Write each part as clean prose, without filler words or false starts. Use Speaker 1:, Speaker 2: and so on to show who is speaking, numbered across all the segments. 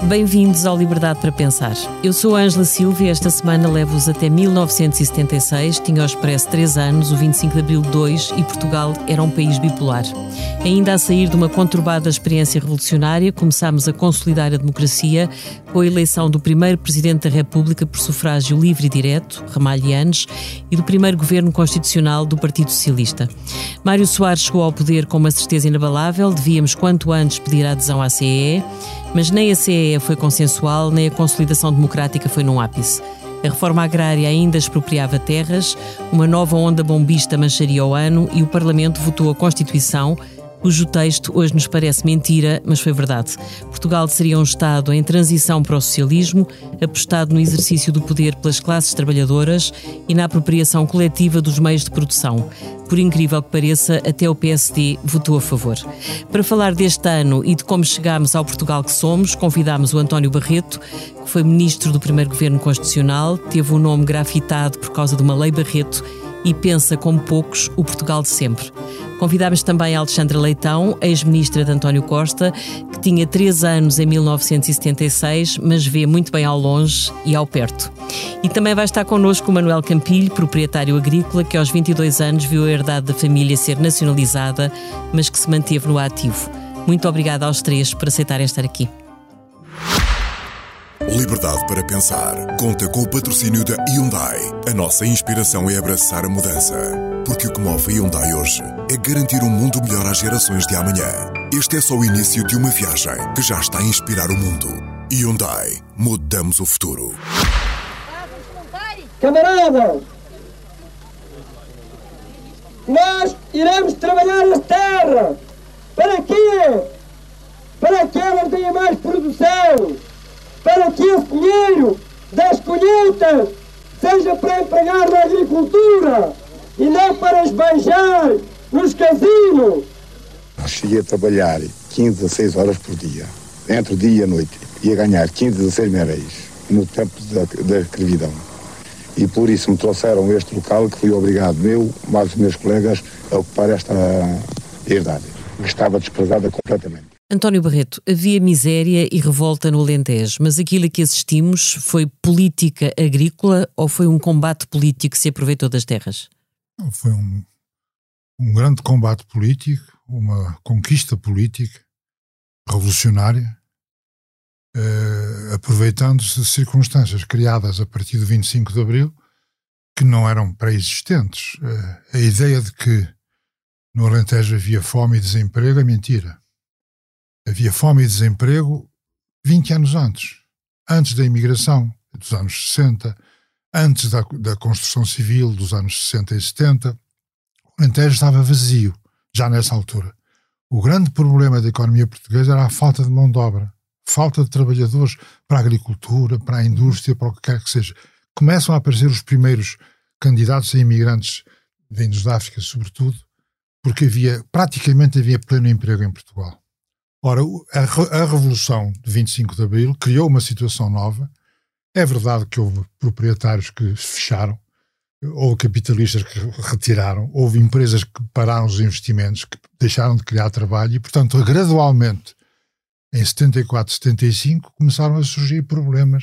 Speaker 1: Bem-vindos ao Liberdade para Pensar. Eu sou a Ângela Silva e esta semana levo-vos até 1976, tinha o Expresso 3 anos, o 25 de Abril 2 e Portugal era um país bipolar. Ainda a sair de uma conturbada experiência revolucionária, começámos a consolidar a democracia com a eleição do primeiro Presidente da República por sufrágio livre e direto, Ramalhianes, e do primeiro Governo Constitucional do Partido Socialista. Mário Soares chegou ao poder com uma certeza inabalável, devíamos quanto antes pedir a adesão à CEE, mas nem a CEE foi consensual, nem a consolidação democrática foi num ápice. A reforma agrária ainda expropriava terras, uma nova onda bombista mancharia o ano e o Parlamento votou a Constituição, cujo texto hoje nos parece mentira, mas foi verdade. Portugal seria um Estado em transição para o socialismo, apostado no exercício do poder pelas classes trabalhadoras e na apropriação coletiva dos meios de produção. Por incrível que pareça, até o PSD votou a favor. Para falar deste ano e de como chegámos ao Portugal que somos, convidámos o António Barreto, que foi Ministro do primeiro Governo Constitucional, teve o nome grafitado por causa de uma lei Barreto e pensa, como poucos, o Portugal de sempre. Convidámos também a Alexandra Leitão, ex-ministra de António Costa, que tinha 3 anos em 1976, mas vê muito bem ao longe e ao perto. E também vai estar connosco o Manuel Campilho, proprietário agrícola, que aos 22 anos viu a herdade da família ser nacionalizada, mas que se manteve no ativo. Muito obrigada aos três por aceitarem estar aqui.
Speaker 2: Liberdade para Pensar. Conta com o patrocínio da Hyundai. A nossa inspiração é abraçar a mudança. Porque o que move a Hyundai hoje é garantir um mundo melhor às gerações de amanhã. Este é só o início de uma viagem que já está a inspirar o mundo. Hyundai. Mudamos o futuro.
Speaker 3: Camaradas, nós iremos trabalhar as terras. Para quê? Para que elas tenham mais produção. Para que esse dinheiro das colheitas seja para empregar na agricultura e não para esbanjar nos casinos.
Speaker 4: Eu cheguei a trabalhar 15 a 6 horas por dia, entre dia e noite, e a ganhar 15 a 16 mil-réis no tempo da escravidão. E por isso me trouxeram este local que fui obrigado, eu, mais os meus colegas, a ocupar esta herdade, que estava desprezada completamente.
Speaker 1: António Barreto, havia miséria e revolta no Alentejo, mas aquilo a que assistimos foi política agrícola ou foi um combate político que se aproveitou das terras?
Speaker 5: Foi um grande combate político, uma conquista política revolucionária, aproveitando-se de circunstâncias criadas a partir do 25 de Abril que não eram pré-existentes. A ideia de que no Alentejo havia fome e desemprego é mentira. Havia fome e desemprego 20 anos antes da imigração dos anos 60, antes da construção civil dos anos 60 e 70, o Alentejo estava vazio, já nessa altura. O grande problema da economia portuguesa era a falta de mão de obra, falta de trabalhadores para a agricultura, para a indústria, para o que quer que seja. Começam a aparecer os primeiros candidatos a imigrantes vindos da África, sobretudo, porque praticamente havia pleno emprego em Portugal. Ora, a Revolução de 25 de Abril criou uma situação nova. É verdade que houve proprietários que fecharam, houve capitalistas que retiraram, houve empresas que pararam os investimentos, que deixaram de criar trabalho e, portanto, gradualmente, em 74, 75, começaram a surgir problemas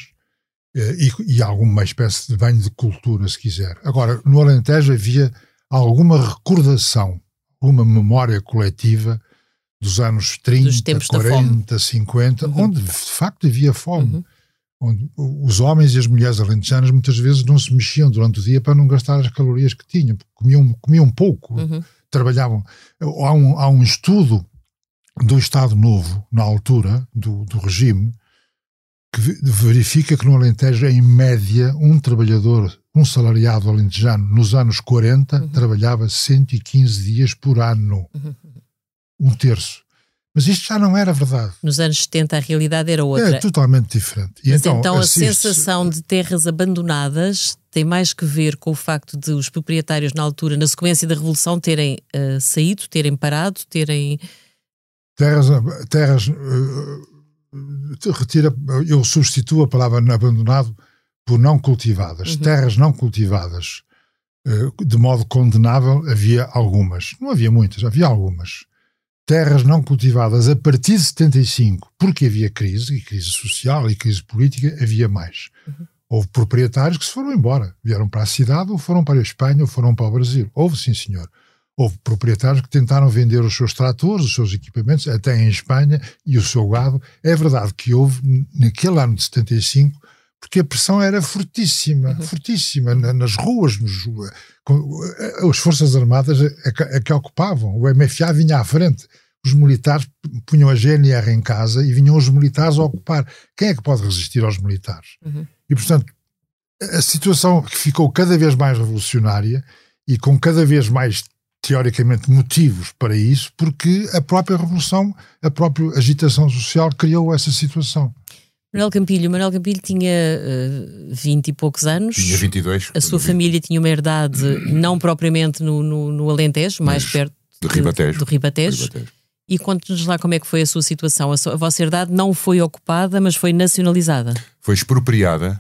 Speaker 5: e alguma espécie de banho de cultura, se quiser. Agora, no Alentejo havia alguma recordação, alguma memória coletiva dos anos 30, 40, 50, onde de facto havia fome, onde os homens e as mulheres alentejanas muitas vezes não se mexiam durante o dia para não gastar as calorias que tinham, porque comiam pouco, trabalhavam. Há um estudo do Estado Novo, na altura do regime, que verifica que no Alentejo, em média, um trabalhador, um salariado alentejano, nos anos 40, trabalhava 115 dias por ano. Um terço. Mas isto já não era verdade.
Speaker 1: Nos anos 70 a realidade era outra.
Speaker 5: É totalmente diferente. E
Speaker 1: mas então a sensação de terras abandonadas tem mais que ver com o facto de os proprietários na altura, na sequência da Revolução, terem saído, terem parado, terem...
Speaker 5: Eu substituo a palavra abandonado por não cultivadas. Terras não cultivadas de modo condenável havia algumas. Não havia muitas, havia algumas. terras não cultivadas a partir de 75, porque havia crise, e crise social e crise política, havia mais. Houve proprietários que se foram embora, vieram para a cidade, ou foram para a Espanha, ou foram para o Brasil. Houve, sim senhor. Houve proprietários que tentaram vender os seus tratores, os seus equipamentos, até em Espanha, e o seu gado. É verdade que houve, naquele ano de 75, porque a pressão era fortíssima, fortíssima, nas ruas, as Forças Armadas é que ocupavam, o MFA vinha à frente, os militares punham a GNR em casa e vinham os militares a ocupar. Quem é que pode resistir aos militares? E, portanto, a situação que ficou cada vez mais revolucionária e com cada vez mais, teoricamente, motivos para isso, porque a própria revolução, a própria agitação social criou essa situação.
Speaker 1: Manuel Campilho tinha 20 e poucos anos.
Speaker 6: Tinha 22.
Speaker 1: A sua família tinha uma herdade, não propriamente no Alentejo, mais perto do Ribatejo. E conte-nos lá como é que foi a sua situação. A vossa herdade não foi ocupada, mas foi nacionalizada.
Speaker 6: Foi expropriada,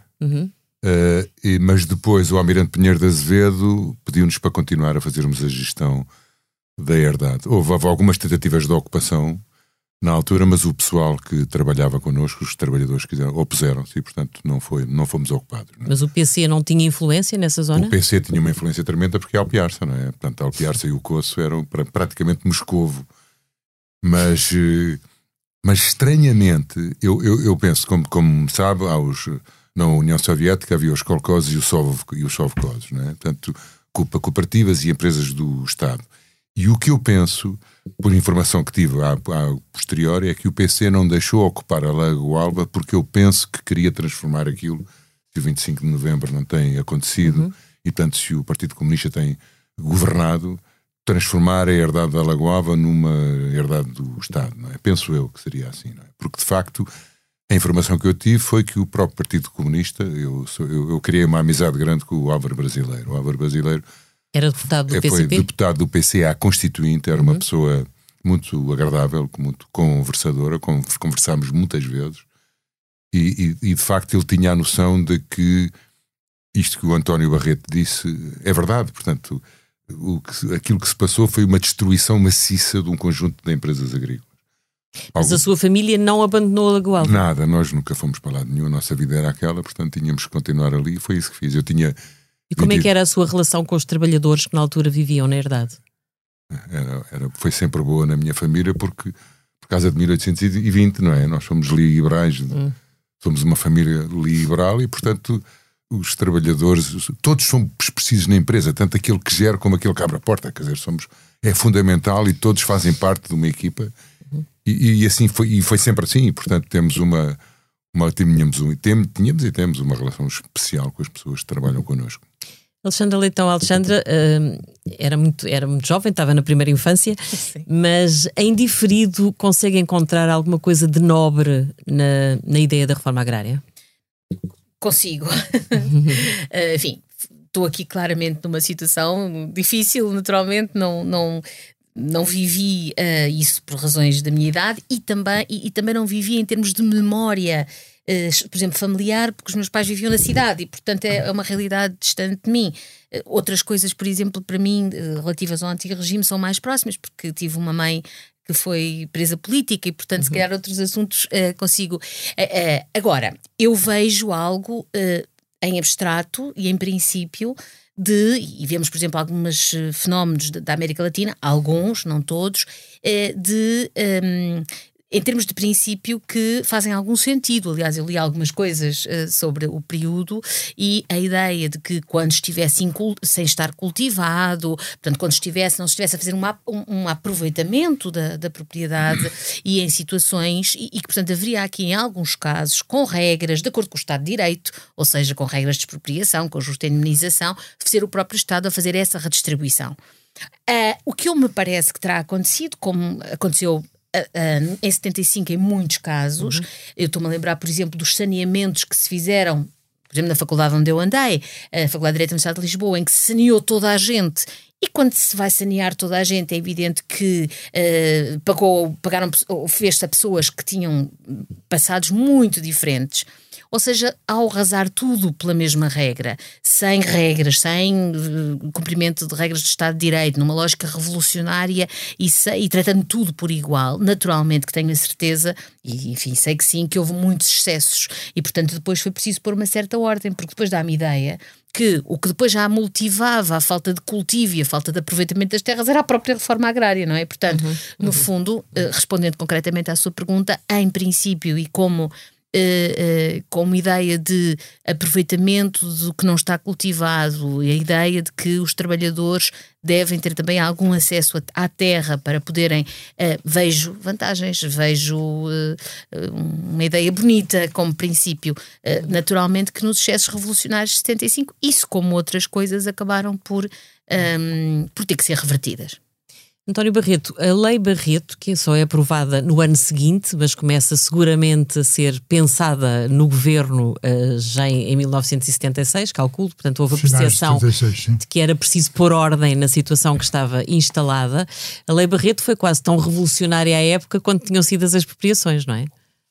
Speaker 6: mas depois o Almirante Pinheiro de Azevedo pediu-nos para continuar a fazermos a gestão da herdade. Houve algumas tentativas de ocupação na altura, mas o pessoal que trabalhava connosco, os trabalhadores opuseram-se e, portanto, não fomos ocupados. Não é?
Speaker 1: Mas o PC não tinha influência nessa zona?
Speaker 6: O PC tinha uma influência tremenda porque é Alpiarça, não é? Portanto, a Alpiarça e o Coço eram praticamente Moscovo. Mas estranhamente, eu penso, como sabe, na União Soviética havia os kolkhozes e os sovkhozes, não é? Portanto, cooperativas e empresas do Estado. E o que eu penso, por informação que tive a posteriori, é que o PC não deixou ocupar a Lagoalba porque eu penso que queria transformar aquilo, se o 25 de novembro não tem acontecido, e portanto se o Partido Comunista tem governado, transformar a herdade da Lagoalba numa herdade do Estado, não é? Penso eu que seria assim, não é? Porque de facto a informação que eu tive foi que o próprio Partido Comunista, eu criei uma amizade grande com o Álvaro Brasileiro. O Álvaro Brasileiro
Speaker 1: era deputado do PCP?
Speaker 6: Foi deputado do PC à Constituinte, era uma pessoa muito agradável, muito conversadora, conversámos muitas vezes, e de facto ele tinha a noção de que isto que o António Barreto disse é verdade. Portanto, aquilo que se passou foi uma destruição maciça de um conjunto de empresas agrícolas.
Speaker 1: Mas a sua família não abandonou a Lagoalba?
Speaker 6: Nada, nós nunca fomos para lado nenhum, a nossa vida era aquela, portanto tínhamos que continuar ali, e foi isso que fiz.
Speaker 1: E como é que era a sua relação com os trabalhadores que na altura viviam na herdade?
Speaker 6: Foi sempre boa na minha família por causa de 1820, não é? Nós somos liberais, somos uma família liberal e, portanto, os trabalhadores, todos somos precisos na empresa, tanto aquele que gera como aquele que abre a porta, quer dizer, é fundamental e todos fazem parte de uma equipa e assim foi sempre assim, e, portanto, tínhamos e temos uma relação especial com as pessoas que trabalham connosco.
Speaker 1: Alexandra Leitão, era muito jovem, estava na primeira infância, sim, mas em diferido consegue encontrar alguma coisa de nobre na ideia da reforma agrária?
Speaker 7: Consigo. Enfim, estou aqui claramente numa situação difícil, naturalmente, não vivi isso por razões da minha idade e também não vivi em termos de memória, por exemplo, familiar, porque os meus pais viviam na cidade e, portanto, é uma realidade distante de mim. Outras coisas, por exemplo, para mim, relativas ao antigo regime, são mais próximas, porque tive uma mãe que foi presa política e, portanto, se calhar outros assuntos consigo. Agora, eu vejo algo em abstrato e em princípio e vemos, por exemplo, alguns fenómenos da América Latina, alguns, não todos, em termos de princípio que fazem algum sentido. Aliás, eu li algumas coisas sobre o período e a ideia de que quando estivesse sem estar cultivado, portanto, quando não estivesse a fazer um aproveitamento da propriedade e em situações, e que, portanto, haveria aqui em alguns casos, com regras, de acordo com o Estado de Direito, ou seja, com regras de expropriação, com justa indemnização, ser o próprio Estado a fazer essa redistribuição. O que me parece que terá acontecido, como aconteceu em 75 em muitos casos, eu estou-me a lembrar, por exemplo, dos saneamentos que se fizeram, por exemplo, na faculdade onde eu andei, a Faculdade de Direito da Universidade de Lisboa, em que se saneou toda a gente E quando se vai sanear toda a gente, é evidente que fez-se a pessoas que tinham passados muito diferentes. Ou seja, ao arrasar tudo pela mesma regra, sem regras, sem cumprimento de regras de Estado de Direito, numa lógica revolucionária e tratando tudo por igual, naturalmente que tenho a certeza, e enfim, sei que sim, que houve muitos excessos e, portanto, depois foi preciso pôr uma certa ordem, porque depois dá-me ideia que o que depois já motivava a falta de cultivo e a falta de aproveitamento das terras era a própria reforma agrária, não é? Portanto, no fundo, respondendo concretamente à sua pergunta, em princípio e como ideia de aproveitamento do que não está cultivado e a ideia de que os trabalhadores devem ter também algum acesso à terra para poderem, vejo vantagens, vejo uma ideia bonita como princípio. Naturalmente que nos excessos revolucionários de 75, isso como outras coisas acabaram por ter que ser revertidas.
Speaker 1: António Barreto, a Lei Barreto, que só é aprovada no ano seguinte, mas começa seguramente a ser pensada no governo já em 1976, calculo, portanto houve a percepção de que era preciso pôr ordem na situação que estava instalada. A Lei Barreto foi quase tão revolucionária à época quanto tinham sido as expropriações, não é?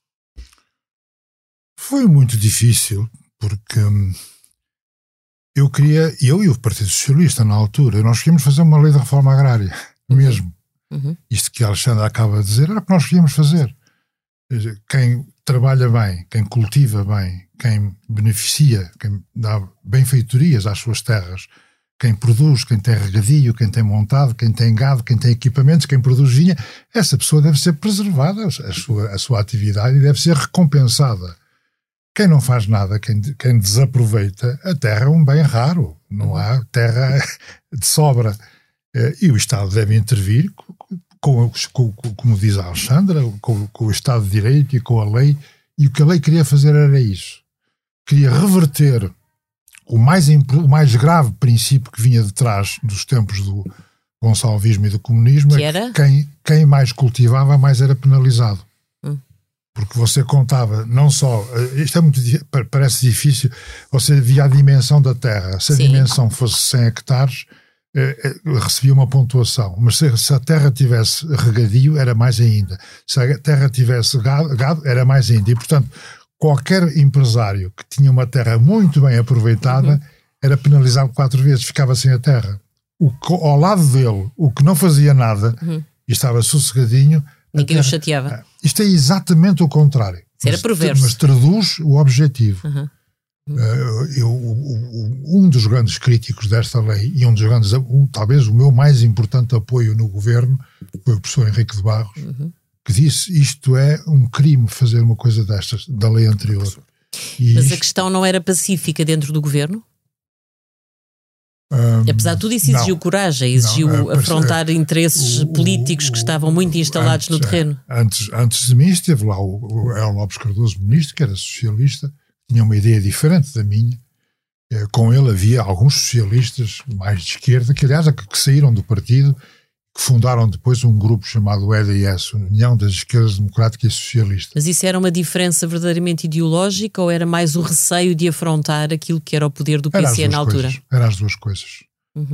Speaker 5: Foi muito difícil, porque eu e o Partido Socialista na altura, nós queríamos fazer uma lei de reforma agrária. Mesmo. Isto que a Alexandra acaba de dizer era o que nós queríamos fazer. Quem trabalha bem, quem cultiva bem, quem beneficia, quem dá benfeitorias às suas terras, quem produz, quem tem regadio, quem tem montado, quem tem gado, quem tem equipamentos, quem produz vinha, essa pessoa deve ser preservada, a sua atividade, e deve ser recompensada. Quem não faz nada, quem desaproveita, a terra é um bem raro, não há terra de sobra. E o Estado deve intervir, como diz a Alexandra, com o Estado de Direito e com a lei, e o que a lei queria fazer era isso. Queria reverter o mais grave princípio que vinha de trás dos tempos do gonçalvismo e do comunismo,
Speaker 1: que era?
Speaker 5: Quem mais cultivava, mais era penalizado. Porque você contava, não só, isto é parece difícil, você via a dimensão da terra, se a dimensão fosse 100 hectares, recebia uma pontuação, mas se a terra tivesse regadio era mais ainda, se a terra tivesse gado era mais ainda, e portanto qualquer empresário que tinha uma terra muito bem aproveitada era penalizado 4 vezes, ficava sem a terra. Ao lado dele, o que não fazia nada e estava sossegadinho,
Speaker 1: ninguém o chateava.
Speaker 5: Isto é exatamente o contrário.
Speaker 1: Era perverso.
Speaker 5: Mas traduz o objetivo. Um dos grandes críticos desta lei e talvez o meu mais importante apoio no governo foi o professor Henrique de Barros, que disse: isto é um crime fazer uma coisa destas, da lei anterior.
Speaker 1: Mas a questão não era pacífica dentro do governo? Apesar de tudo, isso exigiu coragem, exigiu afrontar interesses políticos que estavam muito instalados no terreno.
Speaker 5: Antes de mim esteve lá o Eulópio Lopes Cardoso, ministro, que era socialista, tinha uma ideia diferente da minha. Com ele havia alguns socialistas mais de esquerda, que aliás que saíram do partido, que fundaram depois um grupo chamado EDS, União das Esquerdas Democrática e Socialista.
Speaker 1: Mas isso era uma diferença verdadeiramente ideológica ou era mais o receio de afrontar aquilo que era o poder do PC na altura?
Speaker 5: Eram as duas coisas.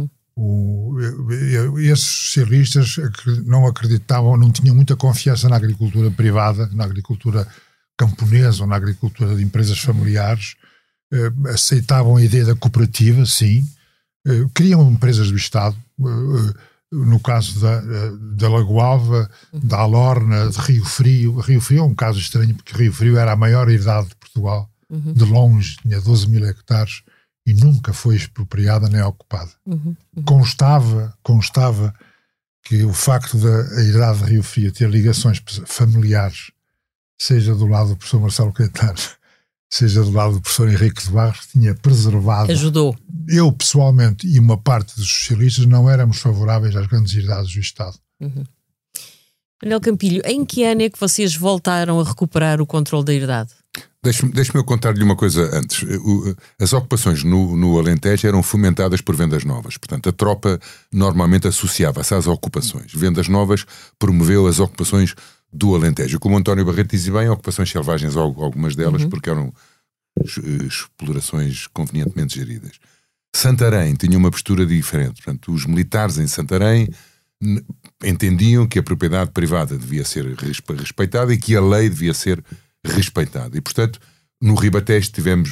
Speaker 5: Esses socialistas não acreditavam, não tinham muita confiança na agricultura privada, na agricultura camponesa ou na agricultura de empresas familiares, aceitavam a ideia da cooperativa, sim, criam empresas do Estado, no caso da Lagoalva, da Alorna, de Rio Frio. Rio Frio é um caso estranho, porque Rio Frio era a maior herdade de Portugal, de longe, tinha 12 mil hectares e nunca foi expropriada nem ocupada. Constava que o facto da herdade de Rio Frio ter ligações familiares, seja do lado do professor Marcelo Caetano, seja do lado do professor Henrique de Barros, tinha preservado.
Speaker 1: Ajudou.
Speaker 5: Eu, pessoalmente, e uma parte dos socialistas, não éramos favoráveis às grandes herdades do Estado.
Speaker 1: Manuel Campilho, em que ano é que vocês voltaram a recuperar o controle da herdade?
Speaker 6: Deixe-me eu contar-lhe uma coisa antes. As ocupações no Alentejo eram fomentadas por vendas novas. Portanto, a tropa normalmente associava-se às ocupações. Vendas novas promoveu as ocupações do Alentejo. Como o António Barreto dizia bem, ocupações selvagens, algumas delas, porque eram explorações convenientemente geridas. Santarém tinha uma postura diferente. Portanto, os militares em Santarém entendiam que a propriedade privada devia ser respeitada e que a lei devia ser respeitada. E, portanto, no Ribatejo tivemos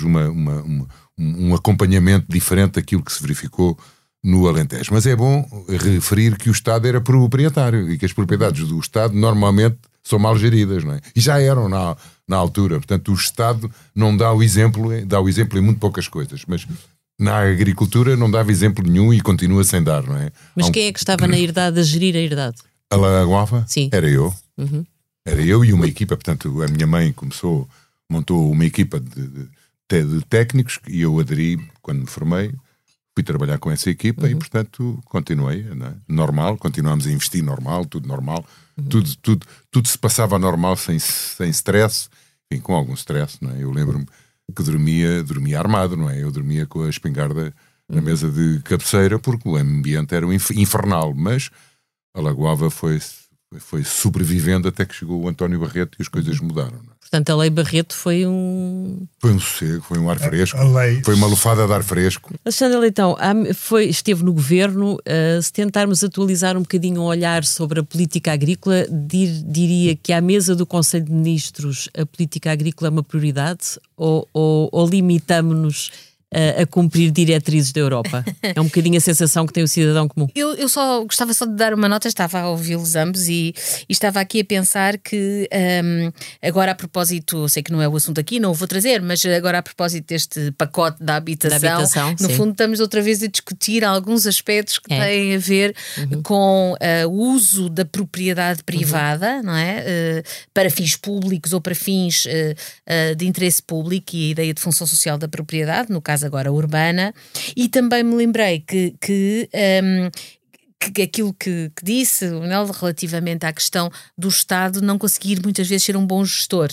Speaker 6: um acompanhamento diferente daquilo que se verificou no Alentejo. Mas é bom referir que o Estado era proprietário e que as propriedades do Estado normalmente são mal geridas, não é? E já eram na altura. Portanto, o Estado não dá o exemplo em muito poucas coisas, mas na agricultura não dava exemplo nenhum e continua sem dar, não é?
Speaker 1: Mas quem é que estava na herdade a gerir a herdade?
Speaker 6: A Lagoava?
Speaker 1: Sim.
Speaker 6: Era eu. Era eu e uma equipa. Portanto, a minha mãe montou uma equipa de técnicos e eu aderi quando me formei. Fui trabalhar com essa equipa e, portanto, continuei, não é? Normal, continuámos a investir normal, tudo normal. Tudo se passava normal, sem stress, enfim, com algum stress, não é? Eu lembro-me que dormia armado, não é? Eu dormia com a espingarda na mesa de cabeceira porque o ambiente era infernal, mas a Lagoava foi sobrevivendo até que chegou o António Barreto e as coisas mudaram, não é?
Speaker 1: Portanto, a Lei Barreto foi um
Speaker 6: sossego, foi um ar fresco, foi uma lufada de ar fresco.
Speaker 1: Alexandre Leitão, esteve no governo. Se tentarmos atualizar um bocadinho o olhar sobre a política agrícola, diria que à mesa do Conselho de Ministros a política agrícola é uma prioridade ou limitamo-nos a cumprir diretrizes da Europa? É um bocadinho a sensação que tem o cidadão comum.
Speaker 7: Eu só gostava de dar uma nota, estava a ouvi-los ambos e estava aqui a pensar que agora a propósito, sei que não é o assunto aqui, não o vou trazer, mas agora a propósito deste pacote da habitação no fundo estamos outra vez a discutir alguns aspectos que têm a ver com o uso da propriedade privada, não é? Para fins públicos ou para fins de interesse público e a ideia de função social da propriedade, no caso agora urbana, e também me lembrei que aquilo que disse o Manuel relativamente à questão do Estado não conseguir muitas vezes ser um bom gestor.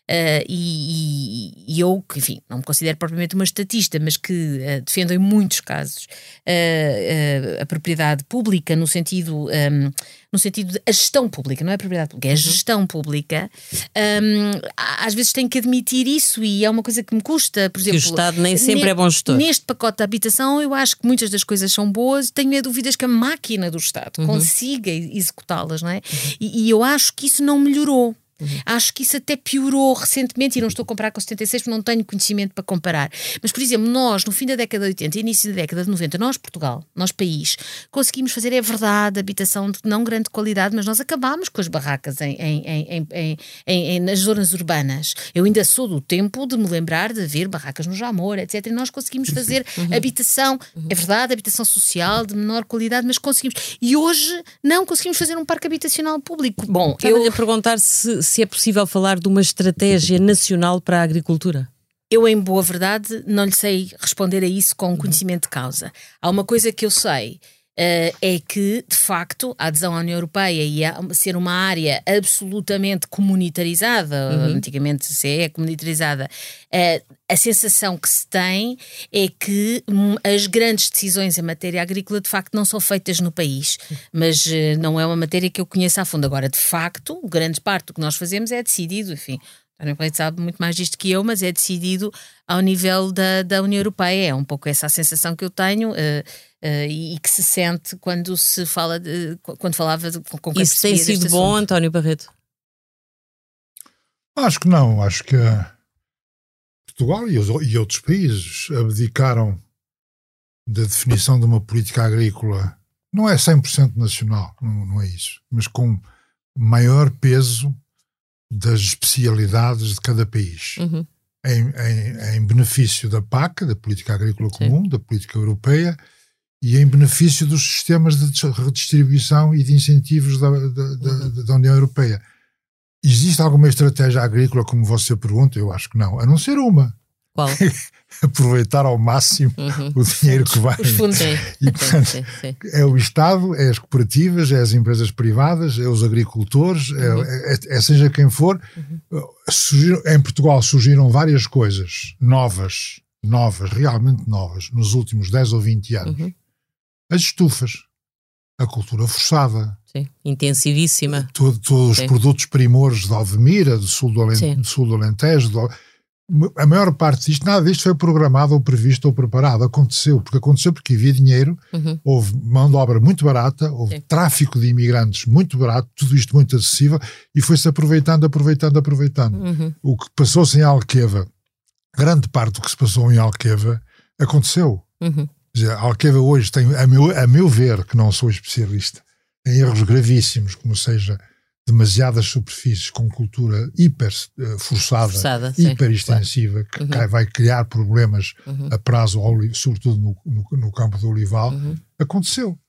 Speaker 7: E eu, que enfim, não me considero propriamente uma estatista, mas que defendo em muitos casos a propriedade pública no sentido de a gestão pública, não é a propriedade pública, é a gestão pública. Às vezes tenho que admitir isso e é uma coisa que me custa, por exemplo,
Speaker 1: que o Estado nem sempre é bom gestor.
Speaker 7: Neste pacote de habitação eu acho que muitas das coisas são boas, tenho dúvidas que a máquina do Estado consiga executá-las, não é? E eu acho que isso não melhorou. Acho que isso até piorou recentemente e não estou a comparar com 76 porque não tenho conhecimento para comparar. Mas, por exemplo, nós, no fim da década de 80 e início da década de 90, nós, Portugal, nós país, conseguimos fazer, é verdade, habitação de não grande qualidade, mas nós acabámos com as barracas nas zonas urbanas. Eu ainda sou do tempo de me lembrar de ver barracas no Jamor, etc. E nós conseguimos fazer habitação, é verdade, habitação social de menor qualidade, mas conseguimos. E hoje não conseguimos fazer um parque habitacional público. Bom,
Speaker 1: eu ia perguntar se é possível falar de uma estratégia nacional para a agricultura.
Speaker 7: Eu, em boa verdade, não lhe sei responder a isso com conhecimento de causa. Há uma coisa que eu sei, é que, de facto, a adesão à União Europeia e a ser uma área absolutamente comunitarizada, antigamente se é comunitarizada, a sensação que se tem é que as grandes decisões em matéria agrícola, de facto, não são feitas no país. Mas não é uma matéria que eu conheço a fundo. Agora, de facto, grande parte do que nós fazemos é decidido, enfim... A Ana Pleito sabe muito mais disto que eu, mas é decidido ao nível da União Europeia. É um pouco essa a sensação que eu tenho e que se sente quando se fala quando falava com quem
Speaker 1: isso tem sido bom, assunto. António Barreto?
Speaker 5: Acho que não. Acho que Portugal e outros países abdicaram da definição de uma política agrícola. Não é 100% nacional, não é isso, mas com maior peso das especialidades de cada país, em benefício da PAC, da Política Agrícola Comum, da Política Europeia, e em benefício dos sistemas de redistribuição e de incentivos da União Europeia. Existe alguma estratégia agrícola, como você pergunta? Eu acho que não, a não ser uma.
Speaker 1: Qual?
Speaker 5: Aproveitar ao máximo o dinheiro que vai.
Speaker 1: Os fundos.
Speaker 5: E, portanto, é o Estado, é as cooperativas, é as empresas privadas, é os agricultores, é seja quem for. Em Portugal surgiram várias coisas novas, realmente novas, nos últimos 10 ou 20 anos. As estufas, a cultura forçada.
Speaker 1: Sim, intensivíssima.
Speaker 5: Todos os produtos primores de Alvemira, do sul do Alentejo, a maior parte disto, nada disto foi programado ou previsto ou preparado. Aconteceu porque havia dinheiro, houve mão de obra muito barata, houve tráfico de imigrantes muito barato, tudo isto muito acessível, e foi-se aproveitando. O que passou-se em Alqueva, grande parte do que se passou em Alqueva, aconteceu. Quer dizer, Alqueva hoje tem, a meu ver, que não sou especialista, tem erros gravíssimos, como seja demasiadas superfícies com cultura hiper forçada hiper extensiva, claro, que vai criar problemas a prazo, sobretudo no campo do olival. Aconteceu.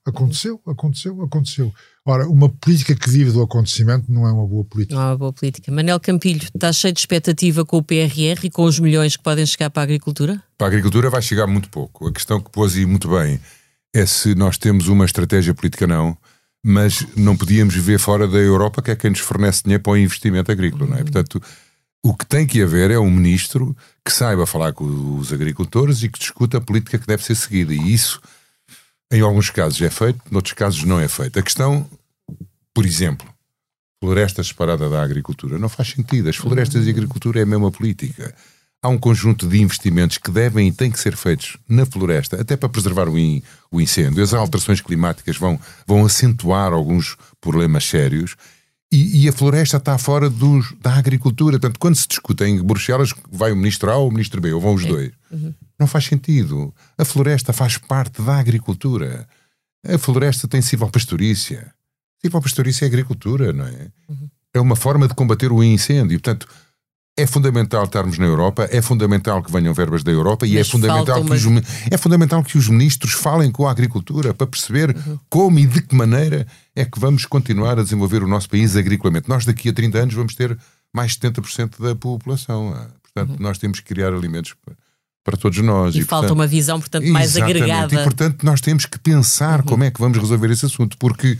Speaker 5: Ora, uma política que vive do acontecimento não é uma boa política.
Speaker 1: Não é uma boa política. Manel Campilho, está cheio de expectativa com o PRR e com os milhões que podem chegar para a agricultura?
Speaker 6: Para a agricultura vai chegar muito pouco. A questão que pôs aí muito bem é se nós temos uma estratégia política, não, mas não podíamos viver fora da Europa, que é quem nos fornece dinheiro para o investimento agrícola, não é? Portanto, o que tem que haver é um ministro que saiba falar com os agricultores e que discuta a política que deve ser seguida. E isso, em alguns casos é feito, noutros casos não é feito. A questão, por exemplo, florestas separadas da agricultura, não faz sentido. As florestas e a agricultura é a mesma política. Há um conjunto de investimentos que devem e têm que ser feitos na floresta, até para preservar o incêndio. As alterações climáticas vão acentuar alguns problemas sérios e a floresta está fora da agricultura. Portanto, quando se discute em Bruxelas, vai o ministro A ou o ministro B, ou vão os dois. Não faz sentido. A floresta faz parte da agricultura. A floresta tem silvopastorícia. Silvopastorícia é agricultura, não é? É uma forma de combater o incêndio. Portanto, é fundamental estarmos na Europa, é fundamental que venham verbas da Europa e é fundamental que os ministros falem com a agricultura para perceber como e de que maneira é que vamos continuar a desenvolver o nosso país agriculamente. Nós daqui a 30 anos vamos ter mais de 70% da população. Portanto, nós temos que criar alimentos para todos nós.
Speaker 1: E falta uma visão, portanto, mais agregada.
Speaker 6: E, portanto, nós temos que pensar como é que vamos resolver esse assunto, porque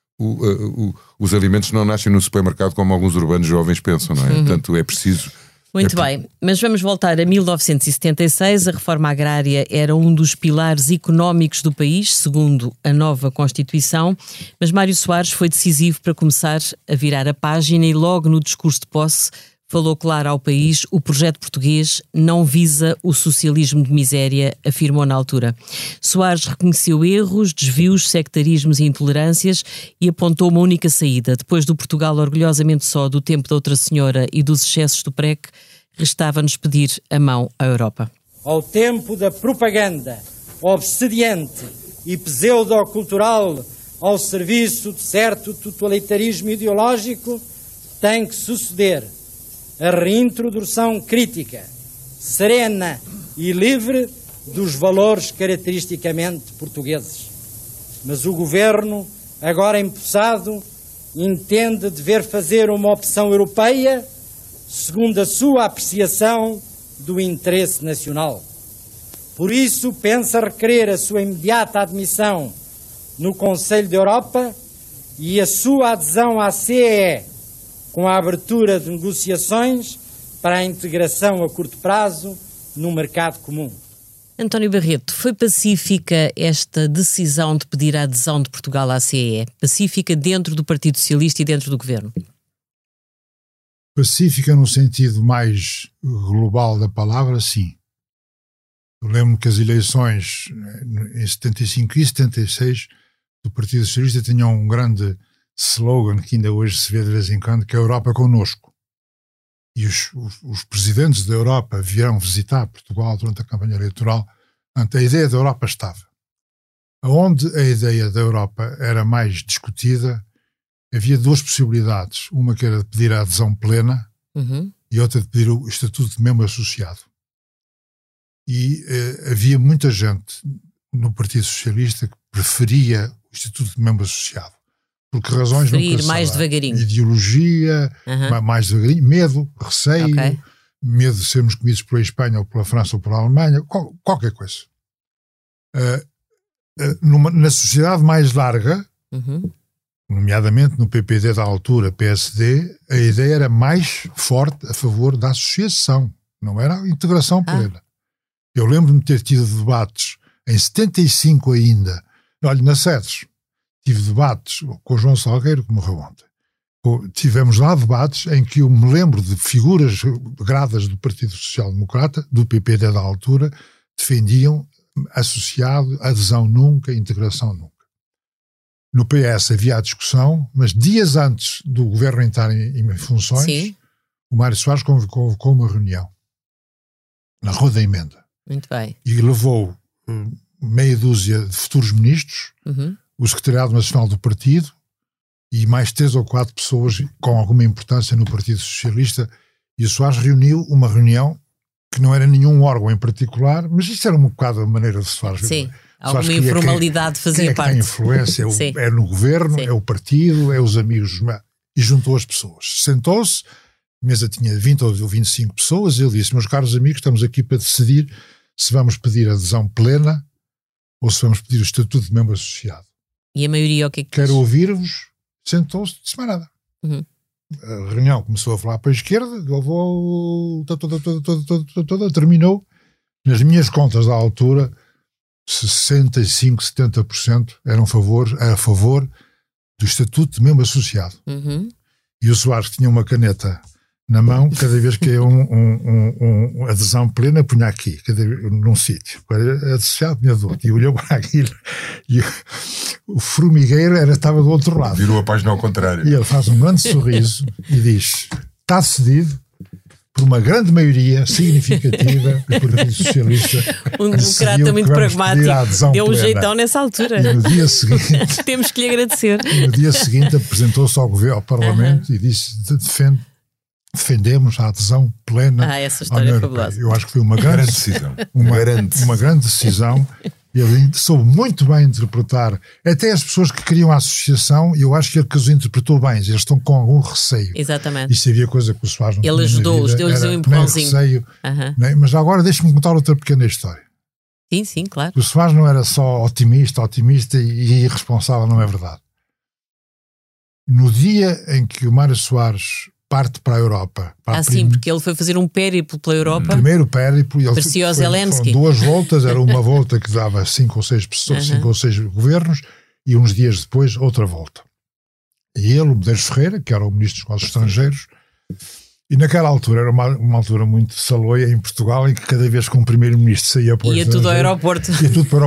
Speaker 6: os alimentos não nascem no supermercado como alguns urbanos jovens pensam, não é? Portanto, é preciso...
Speaker 1: Muito bem, mas vamos voltar a 1976. A reforma agrária era um dos pilares económicos do país, segundo a nova Constituição, mas Mário Soares foi decisivo para começar a virar a página e logo no discurso de posse falou claro ao país: o projeto português não visa o socialismo de miséria, afirmou na altura. Soares reconheceu erros, desvios, sectarismos e intolerâncias e apontou uma única saída. Depois do Portugal orgulhosamente só do tempo da outra senhora e dos excessos do PREC, restava-nos pedir a mão à Europa.
Speaker 8: Ao tempo da propaganda obsediante e pseudocultural ao serviço de certo totalitarismo ideológico, tem que suceder a reintrodução crítica, serena e livre dos valores caracteristicamente portugueses. Mas o governo, agora empossado, entende dever fazer uma opção europeia segundo a sua apreciação do interesse nacional. Por isso, pensa requerer a sua imediata admissão no Conselho da Europa e a sua adesão à CEE, com a abertura de negociações para a integração a curto prazo no mercado comum.
Speaker 1: António Barreto, foi pacífica esta decisão de pedir a adesão de Portugal à CEE? Pacífica dentro do Partido Socialista e dentro do Governo?
Speaker 5: Pacífica no sentido mais global da palavra, sim. Eu lembro que as eleições em 75 e 76 do Partido Socialista tinham um grande slogan que ainda hoje se vê de vez em quando, que é a Europa connosco. E os presidentes da Europa vieram visitar Portugal durante a campanha eleitoral. Portanto, a ideia da Europa estava. Onde a ideia da Europa era mais discutida, havia duas possibilidades. Uma que era de pedir a adesão plena e outra de pedir o estatuto de membro associado. E havia muita gente no Partido Socialista que preferia o estatuto de membro associado. Por que razões não quer
Speaker 1: mais devagarinho.
Speaker 5: Ideologia, mais devagarinho, medo, receio, medo de sermos comidos pela Espanha ou pela França ou pela Alemanha, qualquer coisa. Na sociedade mais larga, nomeadamente no PPD da altura, PSD, a ideia era mais forte a favor da associação, não era a integração plena. Eu lembro-me de ter tido debates em 75 ainda, olha, na SEDES, tive debates com o João Salgueiro, que morreu ontem, tivemos lá debates em que eu me lembro de figuras gradas do Partido Social Democrata, do PP da altura, defendiam associado, adesão nunca, integração nunca. No PS havia a discussão, mas dias antes do governo entrar em funções, sim, o Mário Soares convocou uma reunião na Rua da Emenda.
Speaker 1: Muito bem.
Speaker 5: E levou meia dúzia de futuros ministros, o Secretariado Nacional do Partido e mais 3 ou 4 pessoas com alguma importância no Partido Socialista, e o Soares reuniu uma reunião que não era nenhum órgão em particular, mas isto era um bocado a maneira de Soares.
Speaker 1: Sim, alguma informalidade fazia parte.
Speaker 5: Quem tem influência é no governo, sim, é o partido, é os amigos, e juntou as pessoas. Sentou-se, a mesa tinha 20 ou 25 pessoas, e ele disse: meus caros amigos, estamos aqui para decidir se vamos pedir adesão plena ou se vamos pedir o estatuto de membro associado.
Speaker 1: E a maioria o que é que
Speaker 5: quero diz? Ouvir-vos. Sentou-se, disse mais nada. A reunião começou a falar para a esquerda, levou toda, terminou. Nas minhas contas da altura, 65, 70% eram a favor do estatuto de membro associado. E o Soares tinha uma caneta na mão, cada vez que uma adesão plena, punha aqui, num sítio. Associado, punha do outro. E olhou para aquilo, e o formigueiro estava do outro lado.
Speaker 6: Virou a página ao contrário.
Speaker 5: E ele faz um grande sorriso e diz: está decidido, por uma grande maioria significativa, o Partido Socialista.
Speaker 1: Um democrata muito pragmático. Deu um jeitão nessa altura.
Speaker 5: E no dia seguinte.
Speaker 1: Temos que lhe agradecer.
Speaker 5: E no dia seguinte apresentou-se ao governo, ao Parlamento, e disse: defendemos a adesão plena.
Speaker 1: Essa história é fabulosa.
Speaker 5: Eu acho que foi uma grande decisão. Uma grande decisão. Ele soube muito bem interpretar, até as pessoas que queriam a associação, eu acho que ele os interpretou bem, eles estão com algum receio.
Speaker 1: Exatamente.
Speaker 5: E se havia coisa que o Soares não
Speaker 1: ele ajudou-os, deu-lhes um empurrãozinho.
Speaker 5: Receio, mas agora deixe-me contar outra pequena história.
Speaker 1: Sim, claro.
Speaker 5: O Soares não era só otimista e irresponsável, não é verdade. No dia em que o Mário Soares parte para a Europa.
Speaker 1: Sim, porque ele foi fazer um périplo pela Europa.
Speaker 5: Primeiro périplo.
Speaker 1: Parecia o Zelensky.
Speaker 5: Foram 2 voltas, era uma volta que dava 5 ou 6 pessoas, 5 ou 6 governos, e uns dias depois outra volta. E ele, o Medeiros Ferreira, que era o Ministro dos Negócios Estrangeiros, e naquela altura era uma altura muito saloia em Portugal, em que cada vez que um primeiro-ministro saía para o
Speaker 1: ia tudo ao aeroporto.
Speaker 5: Ia tudo para o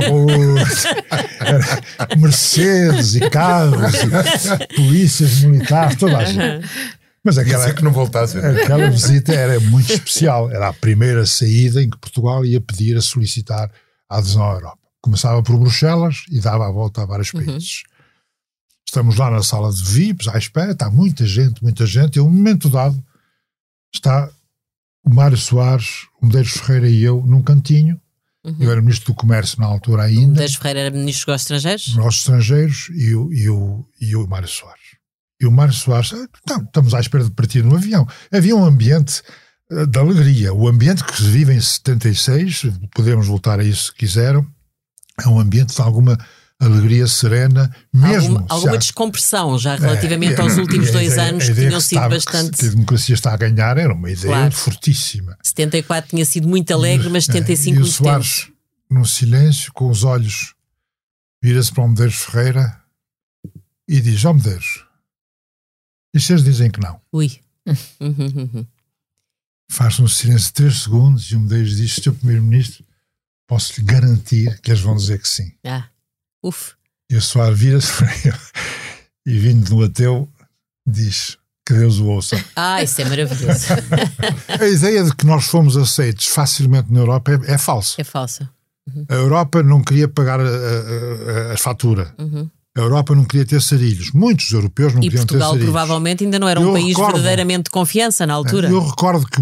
Speaker 5: aeroporto. Mercedes e carros, e polícias militares, toda a gente. Mas aquela
Speaker 6: que não voltasse.
Speaker 5: Aquela visita era muito especial. Era a primeira saída em que Portugal ia pedir a solicitar a adesão à Europa. Começava por Bruxelas e dava a volta a vários países. Estamos lá na sala de VIPs, à espera, está muita gente, e a um momento dado está o Mário Soares, o Medeiros Ferreira e eu num cantinho. Eu era Ministro do Comércio na altura ainda. O
Speaker 1: Medeiros Ferreira era Ministro dos Negócios Estrangeiros?
Speaker 5: Negócios Estrangeiros e o Mário Soares. E o Mário Soares, estamos à espera de partir no avião. Havia um ambiente de alegria. O ambiente que se vive em 76, podemos voltar a isso se quiseram, é um ambiente de alguma alegria serena, mesmo.
Speaker 1: Alguma descompressão já relativamente aos últimos 2 anos que tinham sido bastante.
Speaker 5: Que a democracia está a ganhar era uma ideia fortíssima.
Speaker 1: 74 tinha sido muito alegre, mas 75 muito
Speaker 5: tenso. E o Soares, no silêncio, com os olhos, vira-se para o Medeiros Ferreira e diz: ó Medeiros, e se eles dizem que não?
Speaker 1: Ui.
Speaker 5: Faz um silêncio de 3 segundos e o Medeiros diz: Sr. Primeiro-Ministro, posso-lhe garantir que eles vão dizer que sim. E o Soares vira-se para ele e, vindo do ateu, diz: que Deus o ouça.
Speaker 1: Isso é maravilhoso.
Speaker 5: A ideia de que nós fomos aceitos facilmente na Europa é falsa.
Speaker 1: É falsa.
Speaker 5: A Europa não queria pagar a fatura. A Europa não queria ter sarilhos. Muitos europeus não queriam ter sarilhos. E
Speaker 1: Portugal provavelmente ainda não era um país verdadeiramente de confiança na altura.
Speaker 5: Eu recordo que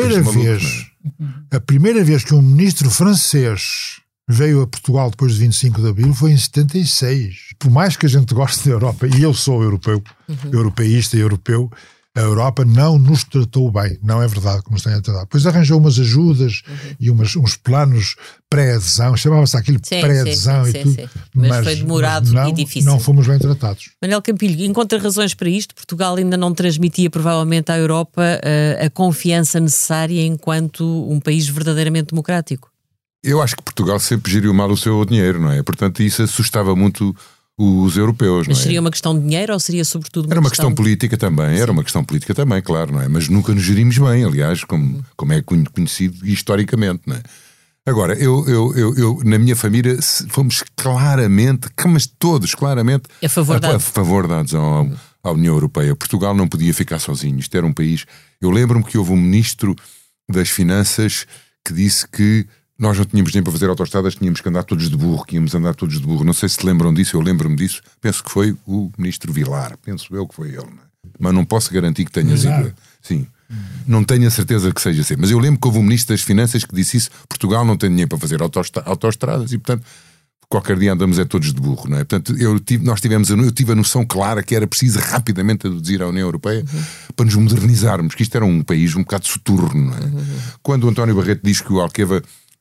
Speaker 5: a primeira vez que um ministro francês veio a Portugal depois de 25 de Abril foi em 76. Por mais que a gente goste da Europa, e eu sou europeu, europeísta e europeu, a Europa não nos tratou bem. Não é verdade que nos tenha tratado. Depois arranjou umas ajudas e uns planos pré-adesão, chamava-se aquilo pré-adesão e tudo.
Speaker 1: Mas foi demorado e difícil.
Speaker 5: Não fomos bem tratados.
Speaker 1: Manuel Campilho, encontra razões para isto? Portugal ainda não transmitia provavelmente à Europa a confiança necessária enquanto um país verdadeiramente democrático?
Speaker 6: Eu acho que Portugal sempre geriu mal o seu dinheiro, não é? Portanto, isso assustava muito os europeus.
Speaker 1: Mas
Speaker 6: não é?
Speaker 1: seria uma questão de dinheiro ou seria sobretudo
Speaker 6: Era uma questão política também, era uma questão política também, claro, não é? Mas nunca nos gerimos bem, aliás, como é conhecido historicamente, não é? Agora, eu na minha família fomos claramente, mas todos claramente,
Speaker 1: a favor
Speaker 6: da adesão à União Europeia. Portugal não podia ficar sozinho, isto era um país... Eu lembro-me que houve um ministro das Finanças que disse que nós não tínhamos nem para fazer autoestradas, tínhamos que andar todos de burro, que íamos andar todos de burro. Não sei se lembram disso, eu lembro-me disso. Penso que foi o ministro Vilar, penso eu que foi ele. Não é? Mas não posso garantir que tenha sido. Sim, não tenho a certeza que seja assim. Mas eu lembro que houve um ministro das Finanças que disse isso: Portugal não tem dinheiro para fazer autoestradas e, portanto, qualquer dia andamos todos de burro, não é? Portanto, eu tive a noção clara que era preciso rapidamente aduzir à União Europeia para nos modernizarmos, que isto era um país um bocado soturno, não é? Quando o António Barreto diz que o Alqueva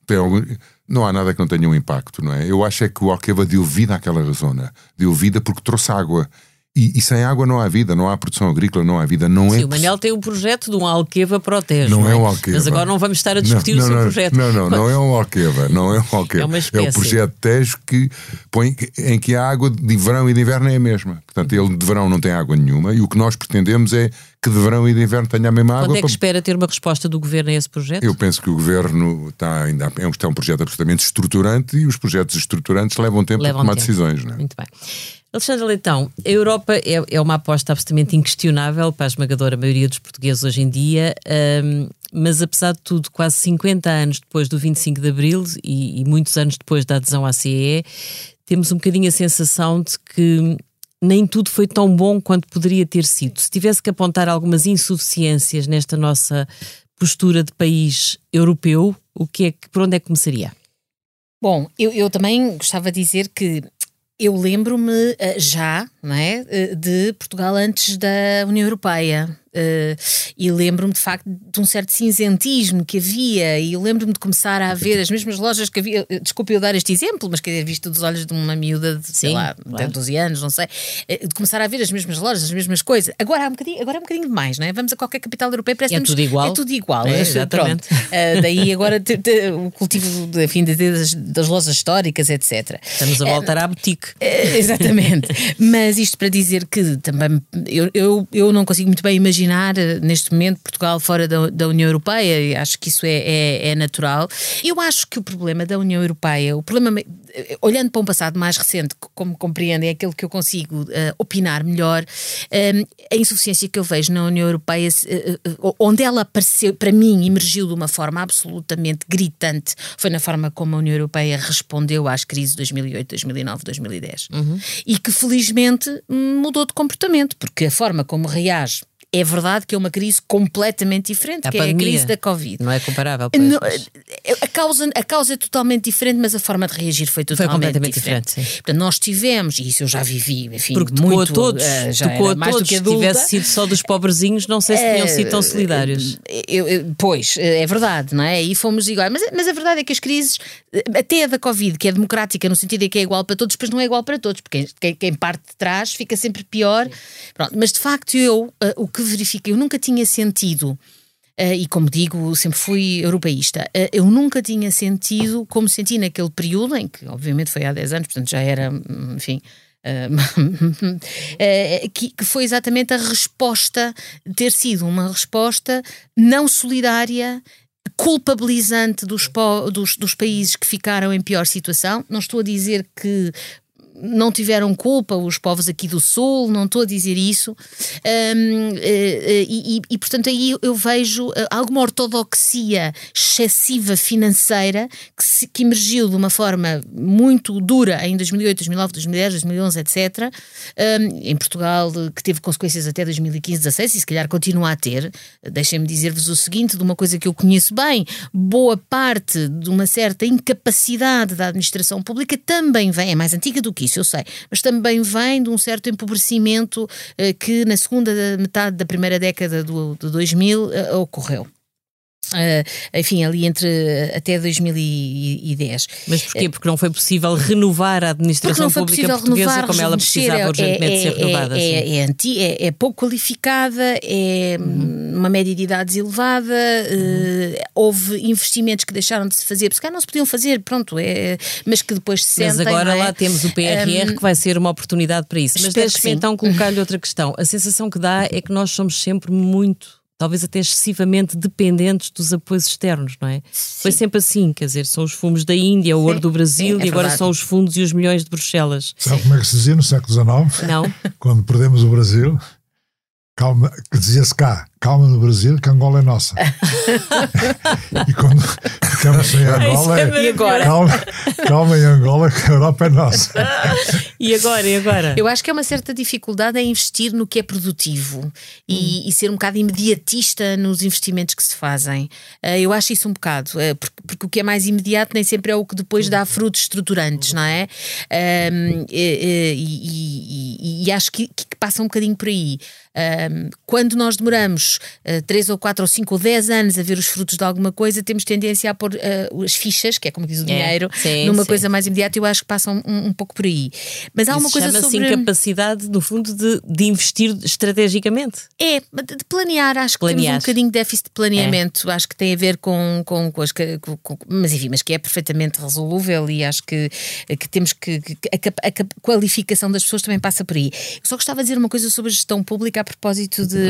Speaker 6: não há nada que não tenha um impacto, não é? Eu acho é que o Alqueva deu vida àquela zona, deu vida porque trouxe água. E sem água não há vida, não há produção agrícola, não há vida.
Speaker 1: Sim, o Manel tem um projeto de um Alqueva para o Tejo.
Speaker 6: Não é um Alqueva.
Speaker 1: Mas agora não vamos estar a discutir o seu projeto.
Speaker 6: Não é um Alqueva. Não é um Alqueva.
Speaker 1: É uma espécie.
Speaker 6: É o projeto Tejo em que a água de verão e de inverno é a mesma. Portanto, ele de verão não tem água nenhuma e o que nós pretendemos é que de verão e de inverno tenha a mesma água.
Speaker 1: Quando é que espera ter uma resposta do Governo a esse projeto?
Speaker 6: Eu penso que o Governo é um projeto absolutamente estruturante e os projetos estruturantes levam tempo a tomar decisões. Não é?
Speaker 1: Muito bem. Alexandre Leitão, a Europa é uma aposta absolutamente inquestionável para a esmagadora maioria dos portugueses hoje em dia, mas apesar de tudo, quase 50 anos depois do 25 de Abril e muitos anos depois da adesão à CEE, temos um bocadinho a sensação de que nem tudo foi tão bom quanto poderia ter sido. Se tivesse que apontar algumas insuficiências nesta nossa postura de país europeu, por onde é que começaria?
Speaker 7: Bom, eu também gostava de dizer que eu lembro-me já, não é, de Portugal antes da União Europeia. E lembro-me de facto de um certo cinzentismo que havia, e eu lembro-me de começar a ver as mesmas lojas que havia. Desculpe eu dar este exemplo, mas quer dizer, visto dos olhos de uma miúda de, sei lá, claro, 12 anos, não sei, de começar a ver as mesmas lojas, as mesmas coisas. Agora é um bocadinho demais, não é? Vamos a qualquer capital europeia, parece
Speaker 1: que é tudo igual.
Speaker 7: É tudo igual.
Speaker 1: Exatamente.
Speaker 7: Daí agora o cultivo das lojas históricas, etc.
Speaker 1: Estamos a voltar à boutique.
Speaker 7: Exatamente. Mas isto para dizer que também eu não consigo muito bem imaginar neste momento Portugal fora da União Europeia, e acho que isso é natural. Eu acho que o problema da União Europeia, olhando para um passado mais recente, como compreendem, é aquele que eu consigo opinar melhor, a insuficiência que eu vejo na União Europeia, onde ela apareceu, para mim, emergiu de uma forma absolutamente gritante, foi na forma como a União Europeia respondeu às crises de 2008, 2009, 2010. E que felizmente mudou de comportamento, porque a forma como reage, é verdade que é uma crise completamente diferente, que pandemia, é a crise da Covid.
Speaker 1: Não é comparável.
Speaker 7: A causa é totalmente diferente, mas a forma de reagir foi totalmente diferente. Portanto, nós tivemos, e isso eu já vivi, enfim,
Speaker 1: porque
Speaker 7: tocou
Speaker 1: muito, a todos,
Speaker 7: já tocou a
Speaker 1: todos. Se tivesse sido só dos pobrezinhos, não sei se tinham sido tão solidários.
Speaker 7: Pois, é verdade, não é? E fomos iguais. Mas a verdade é que as crises, até a da Covid, que é democrática no sentido de que é igual para todos, depois não é igual para todos, porque quem parte de trás fica sempre pior. Pronto, mas de facto o que verifiquei, eu nunca tinha sentido, e como digo, sempre fui europeísta, eu nunca tinha sentido como senti naquele período, em que obviamente foi há 10 anos, portanto já era, enfim, que foi exatamente a resposta, ter sido uma resposta não solidária, culpabilizante dos países que ficaram em pior situação. Não estou a dizer que não tiveram culpa os povos aqui do Sul, não estou a dizer isso, e portanto aí eu vejo alguma ortodoxia excessiva financeira que emergiu de uma forma muito dura em 2008, 2009, 2010, 2011, etc. Em Portugal, que teve consequências até 2015, 2016 e se calhar continua a ter. Deixem-me dizer-vos o seguinte, de uma coisa que eu conheço bem: boa parte de uma certa incapacidade da administração pública também vem, é mais antiga do que isso, eu sei, mas também vem de um certo empobrecimento que na segunda metade da primeira década de 2000 ocorreu. enfim, ali até 2010.
Speaker 1: Mas porquê? Porque não foi possível renovar a administração pública portuguesa como ela precisava urgentemente ser renovada.
Speaker 7: É pouco qualificada, é uma média de idades elevada, houve investimentos que deixaram de se fazer, porque não se podiam fazer, pronto, mas que depois se sentem.
Speaker 1: Mas agora lá temos o PRR que vai ser uma oportunidade para isso. Mas deixe-me então colocar-lhe outra questão. A sensação que dá é que nós somos sempre muito, talvez até excessivamente dependentes dos apoios externos, não é? Sim. Foi sempre assim, quer dizer, são os fumos da Índia, o ouro do Brasil e agora são os fundos e os milhões de Bruxelas.
Speaker 5: Sabe como é que se dizia no século XIX?
Speaker 1: Não.
Speaker 5: Quando perdemos o Brasil, calma, que dizia-se cá, calma no Brasil que Angola é nossa. E quando ficamos sem Angola, calma em Angola que a Europa é nossa.
Speaker 1: E agora?
Speaker 7: Eu acho que é uma certa dificuldade em investir no que é produtivo e ser um bocado imediatista nos investimentos que se fazem. Eu acho isso um bocado, porque o que é mais imediato nem sempre é o que depois dá frutos estruturantes, não é? E acho que passa um bocadinho por aí. Quando nós demoramos 3 ou 4 ou 5 ou 10 anos a ver os frutos de alguma coisa, temos tendência a pôr as fichas, que é como diz o dinheiro, numa coisa mais imediata. Eu acho que passa um pouco por aí. Mas há uma coisa
Speaker 1: chama-se incapacidade, no fundo, de investir estrategicamente.
Speaker 7: De planear. Acho que temos um bocadinho de déficit de planeamento. Acho que tem a ver com mas enfim, mas que é perfeitamente resolúvel e acho que temos que a qualificação das pessoas também passa por aí. Eu só gostava de dizer uma coisa sobre a gestão pública a propósito de...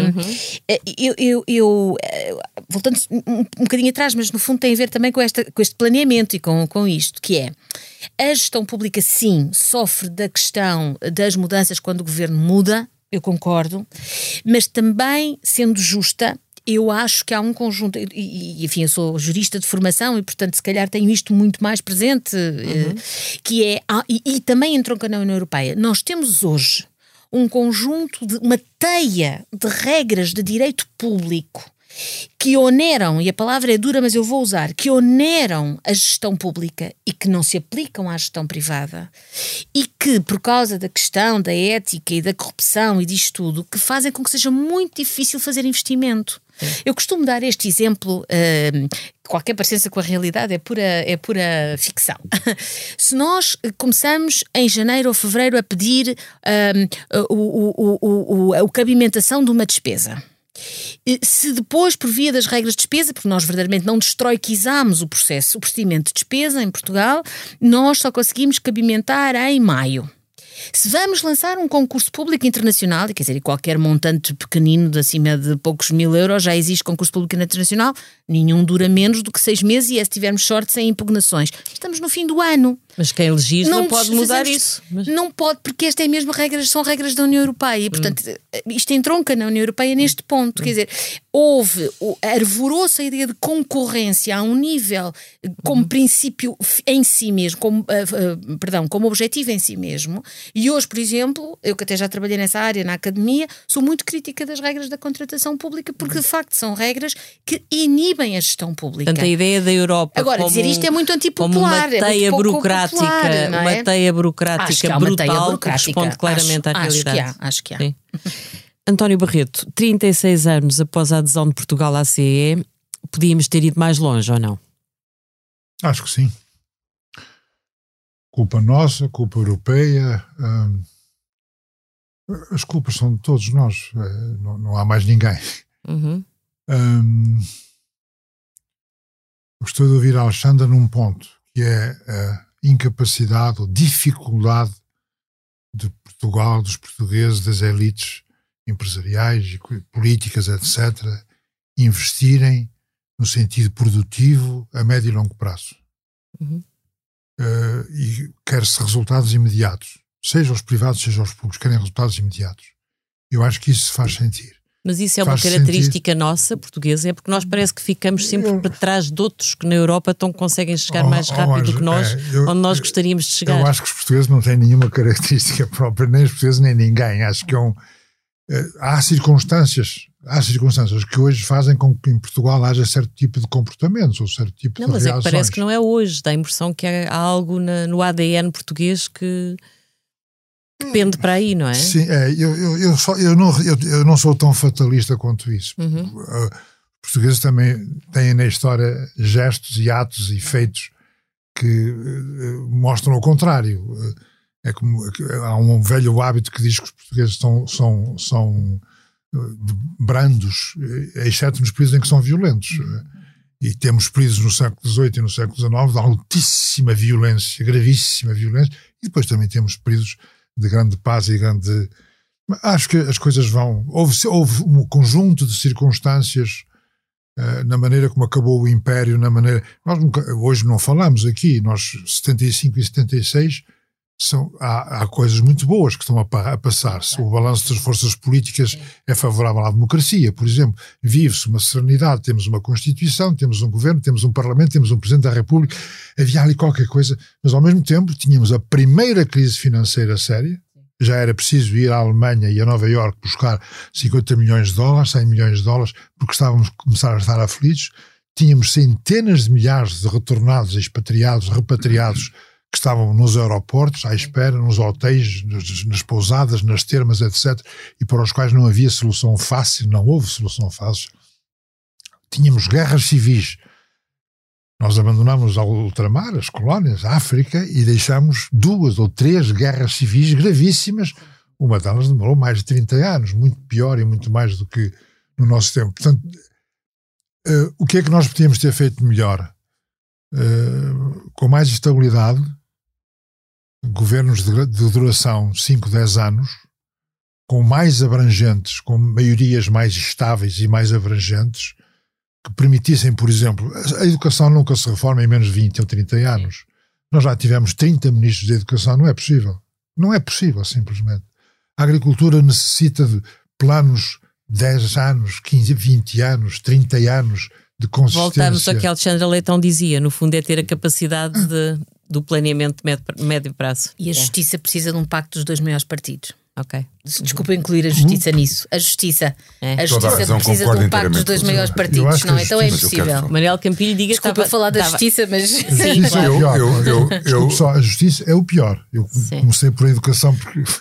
Speaker 7: Eu voltando um bocadinho atrás, mas no fundo tem a ver também com este planeamento e com isto, que é a gestão pública, sim, sofre da questão das mudanças quando o governo muda, eu concordo, mas também, sendo justa, eu acho que há um conjunto, e enfim, eu sou jurista de formação e portanto se calhar tenho isto muito mais presente, que é, e também entronca na União Europeia, nós temos hoje um conjunto uma teia de regras de direito público que oneram, e a palavra é dura mas eu vou usar, que oneram a gestão pública e que não se aplicam à gestão privada e que por causa da questão da ética e da corrupção e disto tudo, que fazem com que seja muito difícil fazer investimento. Eu costumo dar este exemplo, qualquer parecença com a realidade é pura ficção. Se nós começamos em janeiro ou fevereiro a pedir a cabimentação de uma despesa, se depois, por via das regras de despesa, porque nós verdadeiramente não destroiquizámos o procedimento de despesa em Portugal, nós só conseguimos cabimentar em maio. Se vamos lançar um concurso público internacional, e quer dizer, qualquer montante pequenino de acima de poucos mil euros, já existe concurso público internacional, nenhum dura menos do que 6 meses e se tivermos sorte sem impugnações. Estamos no fim do ano.
Speaker 1: Mas quem legisla não pode mudar isso.
Speaker 7: Não pode, porque esta é mesmo são regras da União Europeia e, portanto, isto entronca na União Europeia neste ponto. Quer dizer, arvorou-se a ideia de concorrência a um nível como princípio em si mesmo, como objetivo em si mesmo. E hoje, por exemplo, eu que até já trabalhei nessa área, na academia, sou muito crítica das regras da contratação pública, porque de facto são regras que inibem a gestão pública.
Speaker 1: Portanto, a ideia da Europa
Speaker 7: agora, dizer isto é muito antipopular.
Speaker 1: Como uma teia burocrática, uma teia burocrática brutal que responde claramente à realidade.
Speaker 7: Acho que há.
Speaker 1: Sim. António Barreto, 36 anos após a adesão de Portugal à CE, podíamos ter ido mais longe ou não?
Speaker 5: Acho que sim. Culpa nossa, culpa europeia, as culpas são de todos nós, não há mais ninguém. Gostou de ouvir a Alexandra num ponto, que é a incapacidade ou dificuldade de Portugal, dos portugueses, das elites empresariais e políticas, etc., investirem no sentido produtivo a médio e longo prazo. E quer-se resultados imediatos, seja os privados, seja os públicos, querem resultados imediatos. Eu acho que isso se faz sentir.
Speaker 1: Mas isso é uma característica nossa, portuguesa, é porque nós parece que ficamos sempre para trás de outros que na Europa conseguem chegar mais rápido que nós, onde nós gostaríamos de chegar.
Speaker 5: Eu acho que os portugueses não têm nenhuma característica própria, nem os portugueses nem ninguém. Acho que há circunstâncias que hoje fazem com que em Portugal haja certo tipo de comportamentos ou certo tipo de reações.
Speaker 1: Mas é que parece que não é hoje, dá a impressão que há algo no ADN português que pende para aí, não é?
Speaker 5: Sim, eu não sou tão fatalista quanto isso. Os portugueses também têm na história gestos e atos e feitos que mostram o contrário. É como, há um velho hábito que diz que os portugueses são brandos, exceto nos períodos em que são violentos. E temos períodos no século XVIII e no século XIX de altíssima violência, gravíssima violência, e depois também temos períodos de grande paz e grande... Acho que as coisas vão... Houve um conjunto de circunstâncias na maneira como acabou o Império, na maneira... Nós hoje não falamos aqui, nós 75 e 76... Há coisas muito boas que estão a passar-se. O balanço das forças políticas é favorável à democracia, por exemplo. Vive-se uma serenidade, temos uma Constituição, temos um governo, temos um Parlamento, temos um Presidente da República. Havia ali qualquer coisa, mas ao mesmo tempo tínhamos a primeira crise financeira séria. Já era preciso ir à Alemanha e a Nova Iorque buscar 50 milhões de dólares, 100 milhões de dólares, porque estávamos a começar a estar aflitos. Tínhamos centenas de milhares de retornados, expatriados, repatriados, que estavam nos aeroportos, à espera, nos hotéis, nas pousadas, nas termas, etc., e para os quais não havia solução fácil, não houve solução fácil. Tínhamos guerras civis. Nós abandonámos ao ultramar, as colónias, a África, e deixámos 2 ou 3 guerras civis gravíssimas. Uma delas demorou mais de 30 anos, muito pior e muito mais do que no nosso tempo. Portanto, o que é que nós podíamos ter feito melhor? Com mais estabilidade, governos de duração 5, 10 anos, com mais abrangentes, com maiorias mais estáveis e mais abrangentes, que permitissem, por exemplo, a educação nunca se reforma em menos de 20 ou 30 anos. Nós já tivemos 30 ministros de educação, não é possível. Não é possível, simplesmente. A agricultura necessita de planos 10 anos, 15, 20 anos, 30 anos de consistência.
Speaker 1: Voltamos ao que Alexandra Leitão dizia, no fundo é ter a capacidade do planeamento de médio prazo.
Speaker 7: E a justiça precisa de um pacto dos 2 maiores partidos.
Speaker 1: Ok.
Speaker 7: Desculpa incluir a justiça nisso. A justiça precisa de um pacto dos 2 maiores partidos, não? Então é impossível.
Speaker 1: Manuel Campilho, diga.
Speaker 7: Desculpa falar da justiça, mas
Speaker 5: sim, a justiça é o pior. Eu comecei por a educação,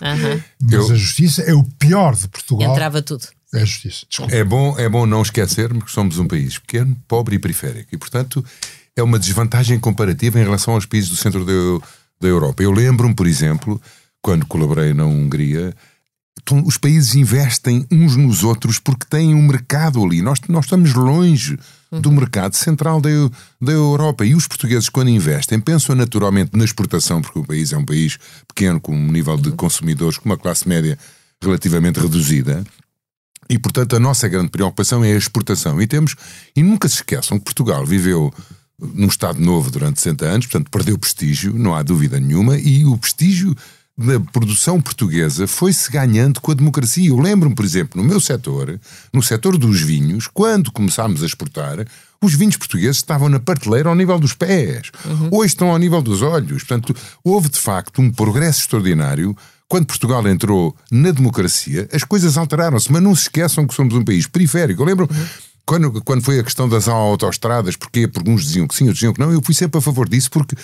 Speaker 5: mas a justiça é o pior de Portugal.
Speaker 1: Entrava tudo.
Speaker 5: É a justiça. Desculpa.
Speaker 6: É bom não esquecermos que somos um país pequeno, pobre e periférico. E, portanto, é uma desvantagem comparativa em relação aos países do centro da Europa. Eu lembro-me, por exemplo, quando colaborei na Hungria, os países investem uns nos outros porque têm um mercado ali. Nós estamos longe do mercado central da Europa. E os portugueses, quando investem, pensam naturalmente na exportação, porque o país é um país pequeno, com um nível de consumidores, com uma classe média relativamente reduzida. E, portanto, a nossa grande preocupação é a exportação. E nunca se esqueçam que Portugal viveu num Estado novo durante 60 anos, portanto, perdeu prestígio, não há dúvida nenhuma, e o prestígio da produção portuguesa foi-se ganhando com a democracia. Eu lembro-me, por exemplo, no meu setor, no setor dos vinhos, quando começámos a exportar, os vinhos portugueses estavam na prateleira ao nível dos pés. Hoje estão ao nível dos olhos. Portanto, houve, de facto, um progresso extraordinário. Quando Portugal entrou na democracia, as coisas alteraram-se, mas não se esqueçam que somos um país periférico. Eu lembro quando foi a questão das autoestradas, porque uns diziam que sim, outros diziam que não, eu fui sempre a favor disso, porque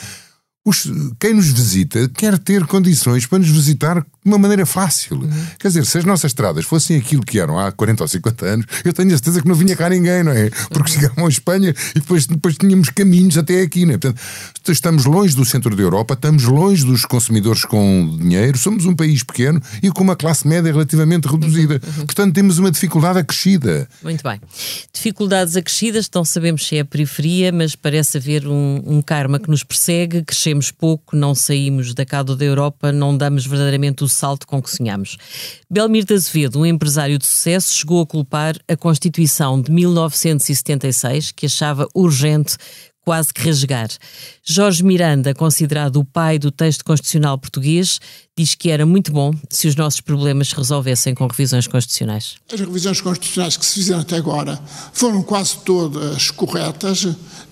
Speaker 6: quem nos visita quer ter condições para nos visitar de uma maneira fácil. Quer dizer, se as nossas estradas fossem aquilo que eram há 40 ou 50 anos, eu tenho a certeza que não vinha cá ninguém, não é? Porque chegavam à Espanha e depois tínhamos caminhos até aqui, não é? Portanto, estamos longe do centro da Europa, estamos longe dos consumidores com dinheiro, somos um país pequeno e com uma classe média relativamente reduzida. Portanto, temos uma dificuldade acrescida.
Speaker 1: Muito bem. Dificuldades acrescidas, então sabemos se é a periferia, mas parece haver um karma que nos persegue, crescemos pouco, não saímos da cauda da Europa, não damos verdadeiramente o salto com que sonhamos. Belmiro de Azevedo, um empresário de sucesso, chegou a culpar a Constituição de 1976, que achava urgente quase que rasgar. Jorge Miranda, considerado o pai do texto constitucional português, diz que era muito bom se os nossos problemas se resolvessem com revisões constitucionais.
Speaker 9: As revisões constitucionais que se fizeram até agora foram quase todas corretas,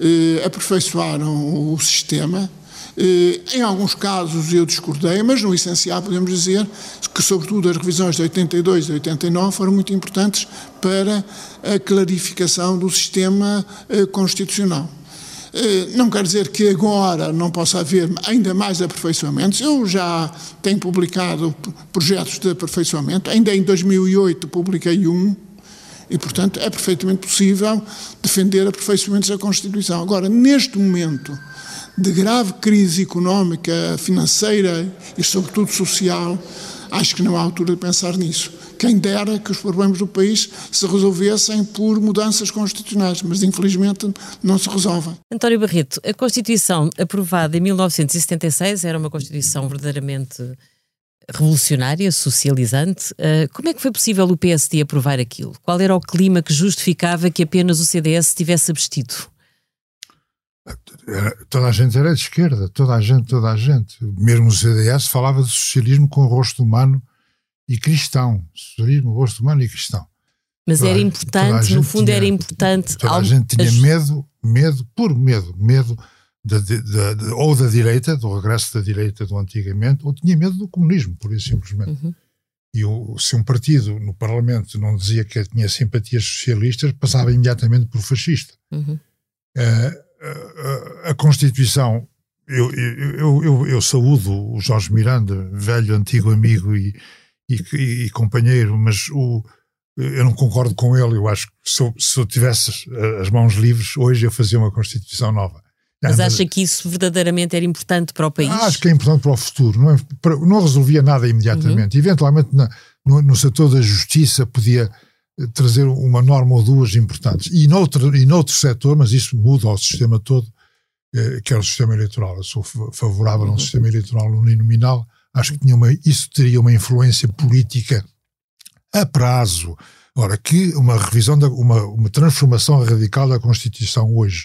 Speaker 9: aperfeiçoaram o sistema. Em alguns casos eu discordei, mas no essencial podemos dizer que, sobretudo, as revisões de 82 e 89 foram muito importantes para a clarificação do sistema constitucional. Não quer dizer que agora não possa haver ainda mais aperfeiçoamentos. Eu já tenho publicado projetos de aperfeiçoamento. Ainda em 2008 publiquei um E, portanto, é perfeitamente possível defender aperfeiçoamentos da Constituição. Agora, neste momento de grave crise económica, financeira e, sobretudo, social, acho que não há altura de pensar nisso. Quem dera que os problemas do país se resolvessem por mudanças constitucionais, mas infelizmente não se resolvem.
Speaker 1: António Barreto, a Constituição aprovada em 1976 era uma Constituição verdadeiramente revolucionária, socializante. Como é que foi possível o PSD aprovar aquilo? Qual era o clima que justificava que apenas o CDS tivesse abstido?
Speaker 5: Toda a gente era de esquerda, toda a gente. Mesmo o CDS falava de socialismo com o rosto humano e cristão. Socialismo, rosto humano e cristão.
Speaker 1: Mas era importante, no fundo era importante.
Speaker 5: Toda a gente tinha medo, ou da direita, do regresso da direita do antigamente, ou tinha medo do comunismo, por isso simplesmente. E se um partido no Parlamento não dizia que tinha simpatias socialistas, passava imediatamente por fascista. A Constituição, eu saúdo o Jorge Miranda, velho, antigo amigo e companheiro, mas eu não concordo com ele. Eu acho que se eu tivesse as mãos livres, hoje eu fazia uma Constituição nova.
Speaker 1: Mas acha que isso verdadeiramente era importante para o país?
Speaker 5: Acho que é importante para o futuro. Não resolvia nada imediatamente. Eventualmente, no setor da justiça, podia trazer uma norma ou duas importantes. E noutro setor, mas isso muda ao sistema todo, que é o sistema eleitoral. Eu sou favorável a um sistema eleitoral uninominal. Acho que isso teria uma influência política a prazo. Ora, que uma revisão, uma transformação radical da Constituição hoje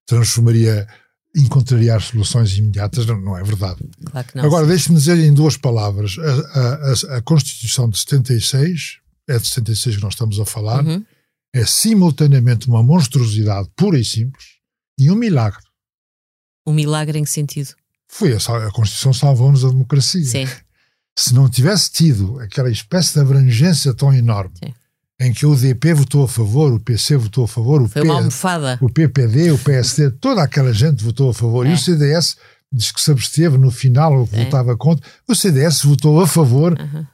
Speaker 5: encontraria soluções imediatas, não é verdade.
Speaker 1: Claro que não.
Speaker 5: Agora, deixe-me dizer em duas palavras, a Constituição de 76, é de 76 que nós estamos a falar, é simultaneamente uma monstruosidade pura e simples e um milagre.
Speaker 1: Um milagre em que sentido?
Speaker 5: A Constituição salvou-nos a democracia.
Speaker 1: Sim.
Speaker 5: Se não tivesse tido aquela espécie de abrangência tão enorme, sim, em que o UDP votou a favor, o PC votou a favor,
Speaker 1: foi uma almofada.
Speaker 5: O PPD, o PSD, toda aquela gente votou a favor. E o CDS diz que se absteve no final, votava contra. O CDS votou a favor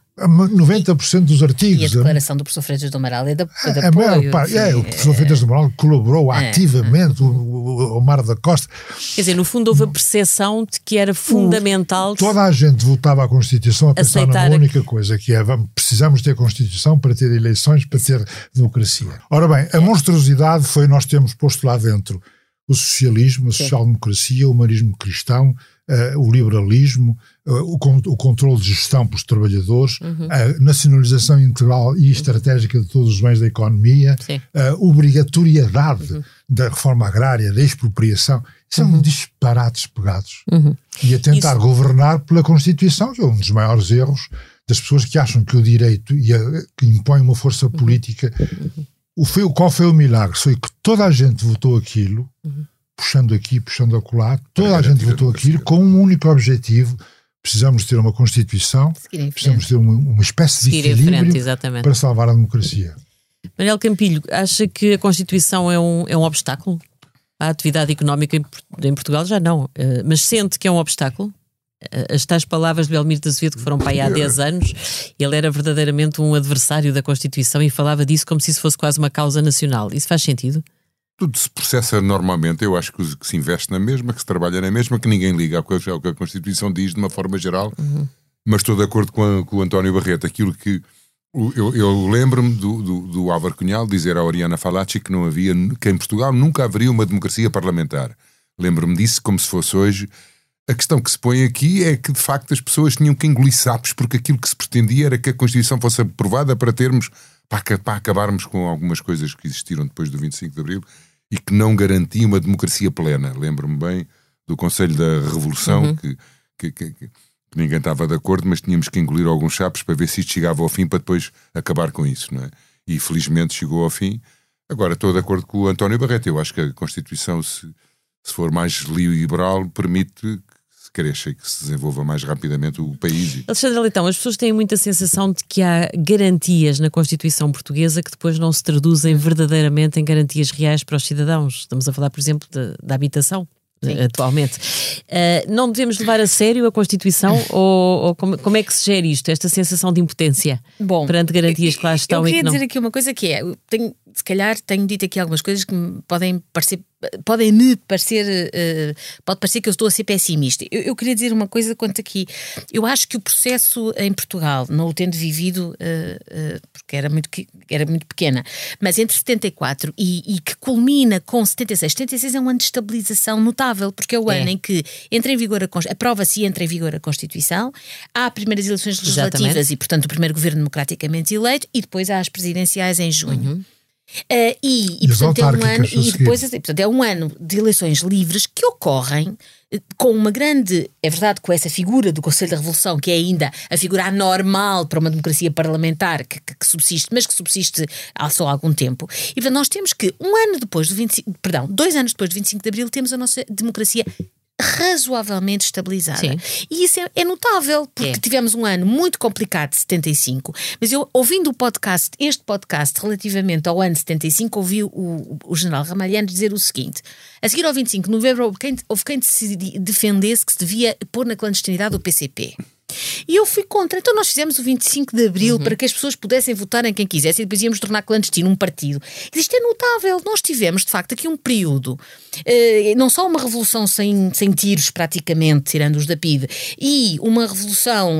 Speaker 5: 90% dos artigos.
Speaker 7: E a declaração do professor Freitas do Amaral é de apoio.
Speaker 5: O professor Freitas do Amaral colaborou ativamente, o Mar da Costa.
Speaker 1: Quer dizer, no fundo houve a percepção de que era fundamental...
Speaker 5: Toda a gente votava a Constituição a pensar numa única coisa, que é precisamos ter Constituição para ter eleições, para ter democracia. Ora bem, a monstruosidade foi nós termos posto lá dentro o socialismo, a social-democracia, o humanismo cristão, o liberalismo, o controle de gestão pelos trabalhadores, a nacionalização integral e estratégica de todos os bens da economia, a obrigatoriedade da reforma agrária, da expropriação. São disparates pegados. E a tentar governar pela Constituição, que é um dos maiores erros das pessoas que acham que o direito que impõe uma força política... Qual foi o milagre? Foi que toda a gente votou aquilo, puxando aqui, puxando acolá, toda a gente votou aquilo com um único objetivo: precisamos ter uma Constituição, precisamos ter uma espécie de equilíbrio para salvar a democracia.
Speaker 1: Manuel Campilho, acha que a Constituição é um obstáculo à atividade económica em Portugal? Já não, mas sente que é um obstáculo? As tais palavras de Belmiro de Azevedo, que foram para aí há 10 anos, ele era verdadeiramente um adversário da Constituição e falava disso como se isso fosse quase uma causa nacional. Isso faz sentido?
Speaker 6: Tudo se processa normalmente. Eu acho que se investe na mesma, que se trabalha na mesma, que ninguém liga ao que a Constituição diz de uma forma geral. Mas estou de acordo com o António Barreto. Aquilo que eu lembro-me do Álvaro Cunhal dizer à Oriana Fallaci que em Portugal nunca haveria uma democracia parlamentar. Lembro-me disso como se fosse hoje. A questão que se põe aqui é que, de facto, as pessoas tinham que engolir sapos, porque aquilo que se pretendia era que a Constituição fosse aprovada para acabarmos com algumas coisas que existiram depois do 25 de Abril e que não garantiam uma democracia plena. Lembro-me bem do Conselho da Revolução, que ninguém estava de acordo, mas tínhamos que engolir alguns sapos para ver se isto chegava ao fim, para depois acabar com isso, não é? E felizmente chegou ao fim. Agora, estou de acordo com o António Barreto. Eu acho que a Constituição, se for mais liberal, permite que se cresça e que se desenvolva mais rapidamente o país.
Speaker 1: Alexandre Leitão, as pessoas têm muita sensação de que há garantias na Constituição portuguesa que depois não se traduzem verdadeiramente em garantias reais para os cidadãos. Estamos a falar, por exemplo, da habitação. atualmente. Não devemos levar a sério a Constituição ou como é que se gera isto, esta sensação de impotência perante garantias que lá estão?
Speaker 7: Eu queria dizer aqui uma coisa que se calhar tenho dito aqui algumas coisas que me podem parecer, pode parecer que eu estou a ser pessimista. Eu queria dizer uma coisa quanto aqui. Eu acho que o processo em Portugal, não o tendo vivido, porque era muito pequena, mas entre 74 e que culmina com 76. 76 é um ano de estabilização notável, porque é o ano em que entra em vigor aprova-se e entra em vigor a Constituição, há primeiras eleições legislativas e, portanto, o primeiro governo democraticamente eleito, e depois há as presidenciais em junho. Portanto, é um ano, e depois, portanto, é um ano de eleições livres que ocorrem com uma grande, é verdade, com essa figura do Conselho da Revolução, que é ainda a figura anormal para uma democracia parlamentar que subsiste, mas que subsiste há só algum tempo. E portanto, nós temos que 2 anos depois do 25 de Abril, temos a nossa democracia razoavelmente estabilizada. Sim. E isso é notável, porque tivemos um ano muito complicado de 75, mas eu, ouvindo este podcast relativamente ao ano de 75, ouvi o general Ramalhianes dizer o seguinte: a seguir ao 25 de novembro houve quem se defendesse que se devia pôr na clandestinidade o PCP. E eu fui contra. Então nós fizemos o 25 de Abril para que as pessoas pudessem votar em quem quisesse e depois íamos tornar clandestino um partido. Isto é notável. Nós tivemos, de facto, aqui um período, não só uma revolução sem tiros praticamente, tirando os da PIDE, e uma revolução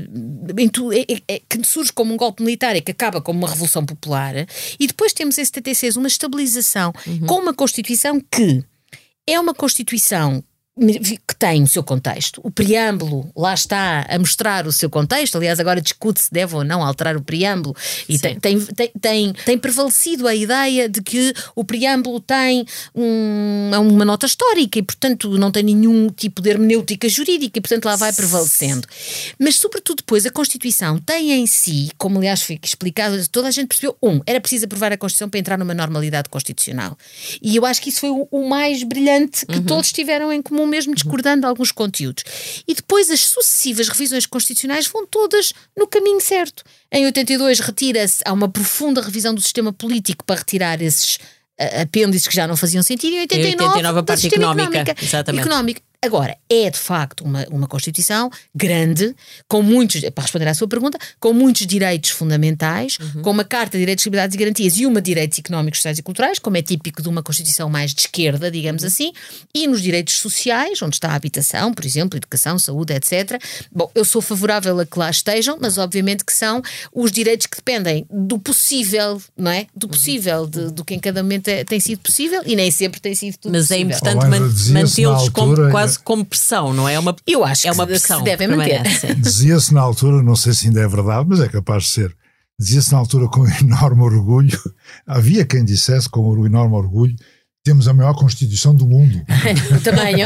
Speaker 7: que surge como um golpe militar e que acaba como uma revolução popular, e depois temos em 76 uma estabilização com uma Constituição que é uma Constituição que tem o seu contexto. O preâmbulo lá está a mostrar o seu contexto. Aliás, agora discute-se se deve ou não alterar o preâmbulo, e tem prevalecido a ideia de que o preâmbulo tem uma nota histórica e, portanto, não tem nenhum tipo de hermenêutica jurídica e, portanto, lá vai prevalecendo. Mas, sobretudo, depois, a Constituição tem em si, como aliás foi explicado, toda a gente percebeu, era preciso aprovar a Constituição para entrar numa normalidade constitucional. E eu acho que isso foi o mais brilhante que todos tiveram em comum, mesmo discordando de alguns conteúdos. E depois as sucessivas revisões constitucionais vão todas no caminho certo. Em 82 há uma profunda revisão do sistema político para retirar esses apêndices que já não faziam sentido. Em 89
Speaker 1: a parte económica. Exatamente.
Speaker 7: Agora, é de facto uma Constituição grande, com muitos, para responder à sua pergunta, com muitos direitos fundamentais, com uma Carta de Direitos, Liberdades e Garantias e uma de Direitos Económicos, Sociais e Culturais, como é típico de uma Constituição mais de esquerda, digamos assim, e nos direitos sociais, onde está a habitação, por exemplo, educação, saúde, etc. Bom, eu sou favorável a que lá estejam, mas obviamente que são os direitos que dependem do possível, não é? Do possível, do que em cada momento tem sido possível, e nem sempre tem sido tudo
Speaker 1: mas
Speaker 7: possível.
Speaker 1: É importante mantê-los quase como pressão, não é?
Speaker 7: Eu acho que pressão se devem manter.
Speaker 5: Dizia-se na altura, não sei se ainda é verdade, mas é capaz de ser, dizia-se na altura com enorme orgulho, havia quem dissesse com enorme orgulho, temos a maior Constituição do mundo.
Speaker 7: O tamanho.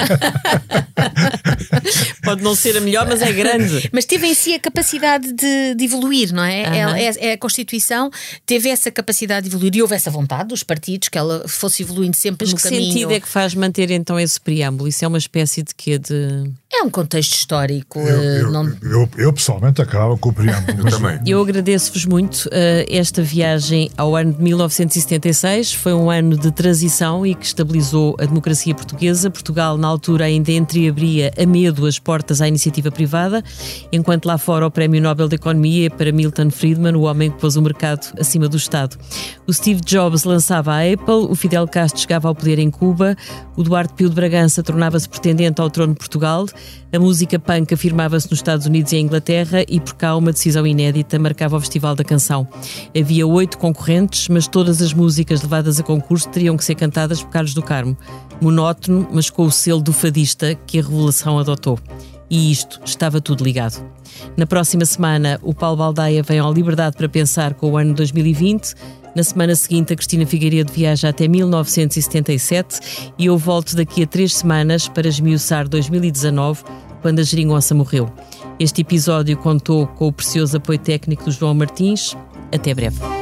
Speaker 1: Pode não ser a melhor, mas é grande.
Speaker 7: Mas teve em si a capacidade de evoluir, não é? A Constituição teve essa capacidade de evoluir e houve essa vontade dos partidos que ela fosse evoluindo sempre no caminho.
Speaker 1: Que sentido é que faz manter então esse preâmbulo? Isso é uma espécie de quê?
Speaker 7: É um contexto histórico.
Speaker 5: Eu pessoalmente acabava com o preâmbulo.
Speaker 1: Eu agradeço-vos muito esta viagem ao ano de 1976. Foi um ano de transição e que estabilizou a democracia portuguesa. Portugal, na altura, ainda entreabria a medo as portas à iniciativa privada, enquanto lá fora o Prémio Nobel da Economia para Milton Friedman, o homem que pôs o mercado acima do Estado. O Steve Jobs lançava a Apple, o Fidel Castro chegava ao poder em Cuba, o Duarte Pio de Bragança tornava-se pretendente ao trono de Portugal, a música punk afirmava-se nos Estados Unidos e em Inglaterra e por cá uma decisão inédita marcava o Festival da Canção. Havia 8 concorrentes, mas todas as músicas levadas a concurso teriam que ser cantadas por Carlos do Carmo. Monótono, mas com o selo do fadista que a Revolução adotou. E isto estava tudo ligado. Na próxima semana, o Paulo Baldaia vem ao Liberdade para Pensar com o ano 2020. Na semana seguinte, a Cristina Figueiredo viaja até 1977 e eu volto daqui a 3 semanas para esmiuçar 2019, quando a Geringonça morreu. Este episódio contou com o precioso apoio técnico do João Martins. Até breve.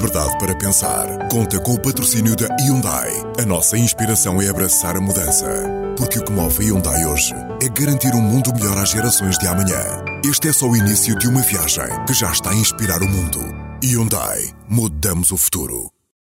Speaker 2: liberdade para pensar. Conta com o patrocínio da Hyundai. A nossa inspiração é abraçar a mudança. Porque o que move a Hyundai hoje é garantir um mundo melhor às gerações de amanhã. Este é só o início de uma viagem que já está a inspirar o mundo. Hyundai. Mudamos o futuro.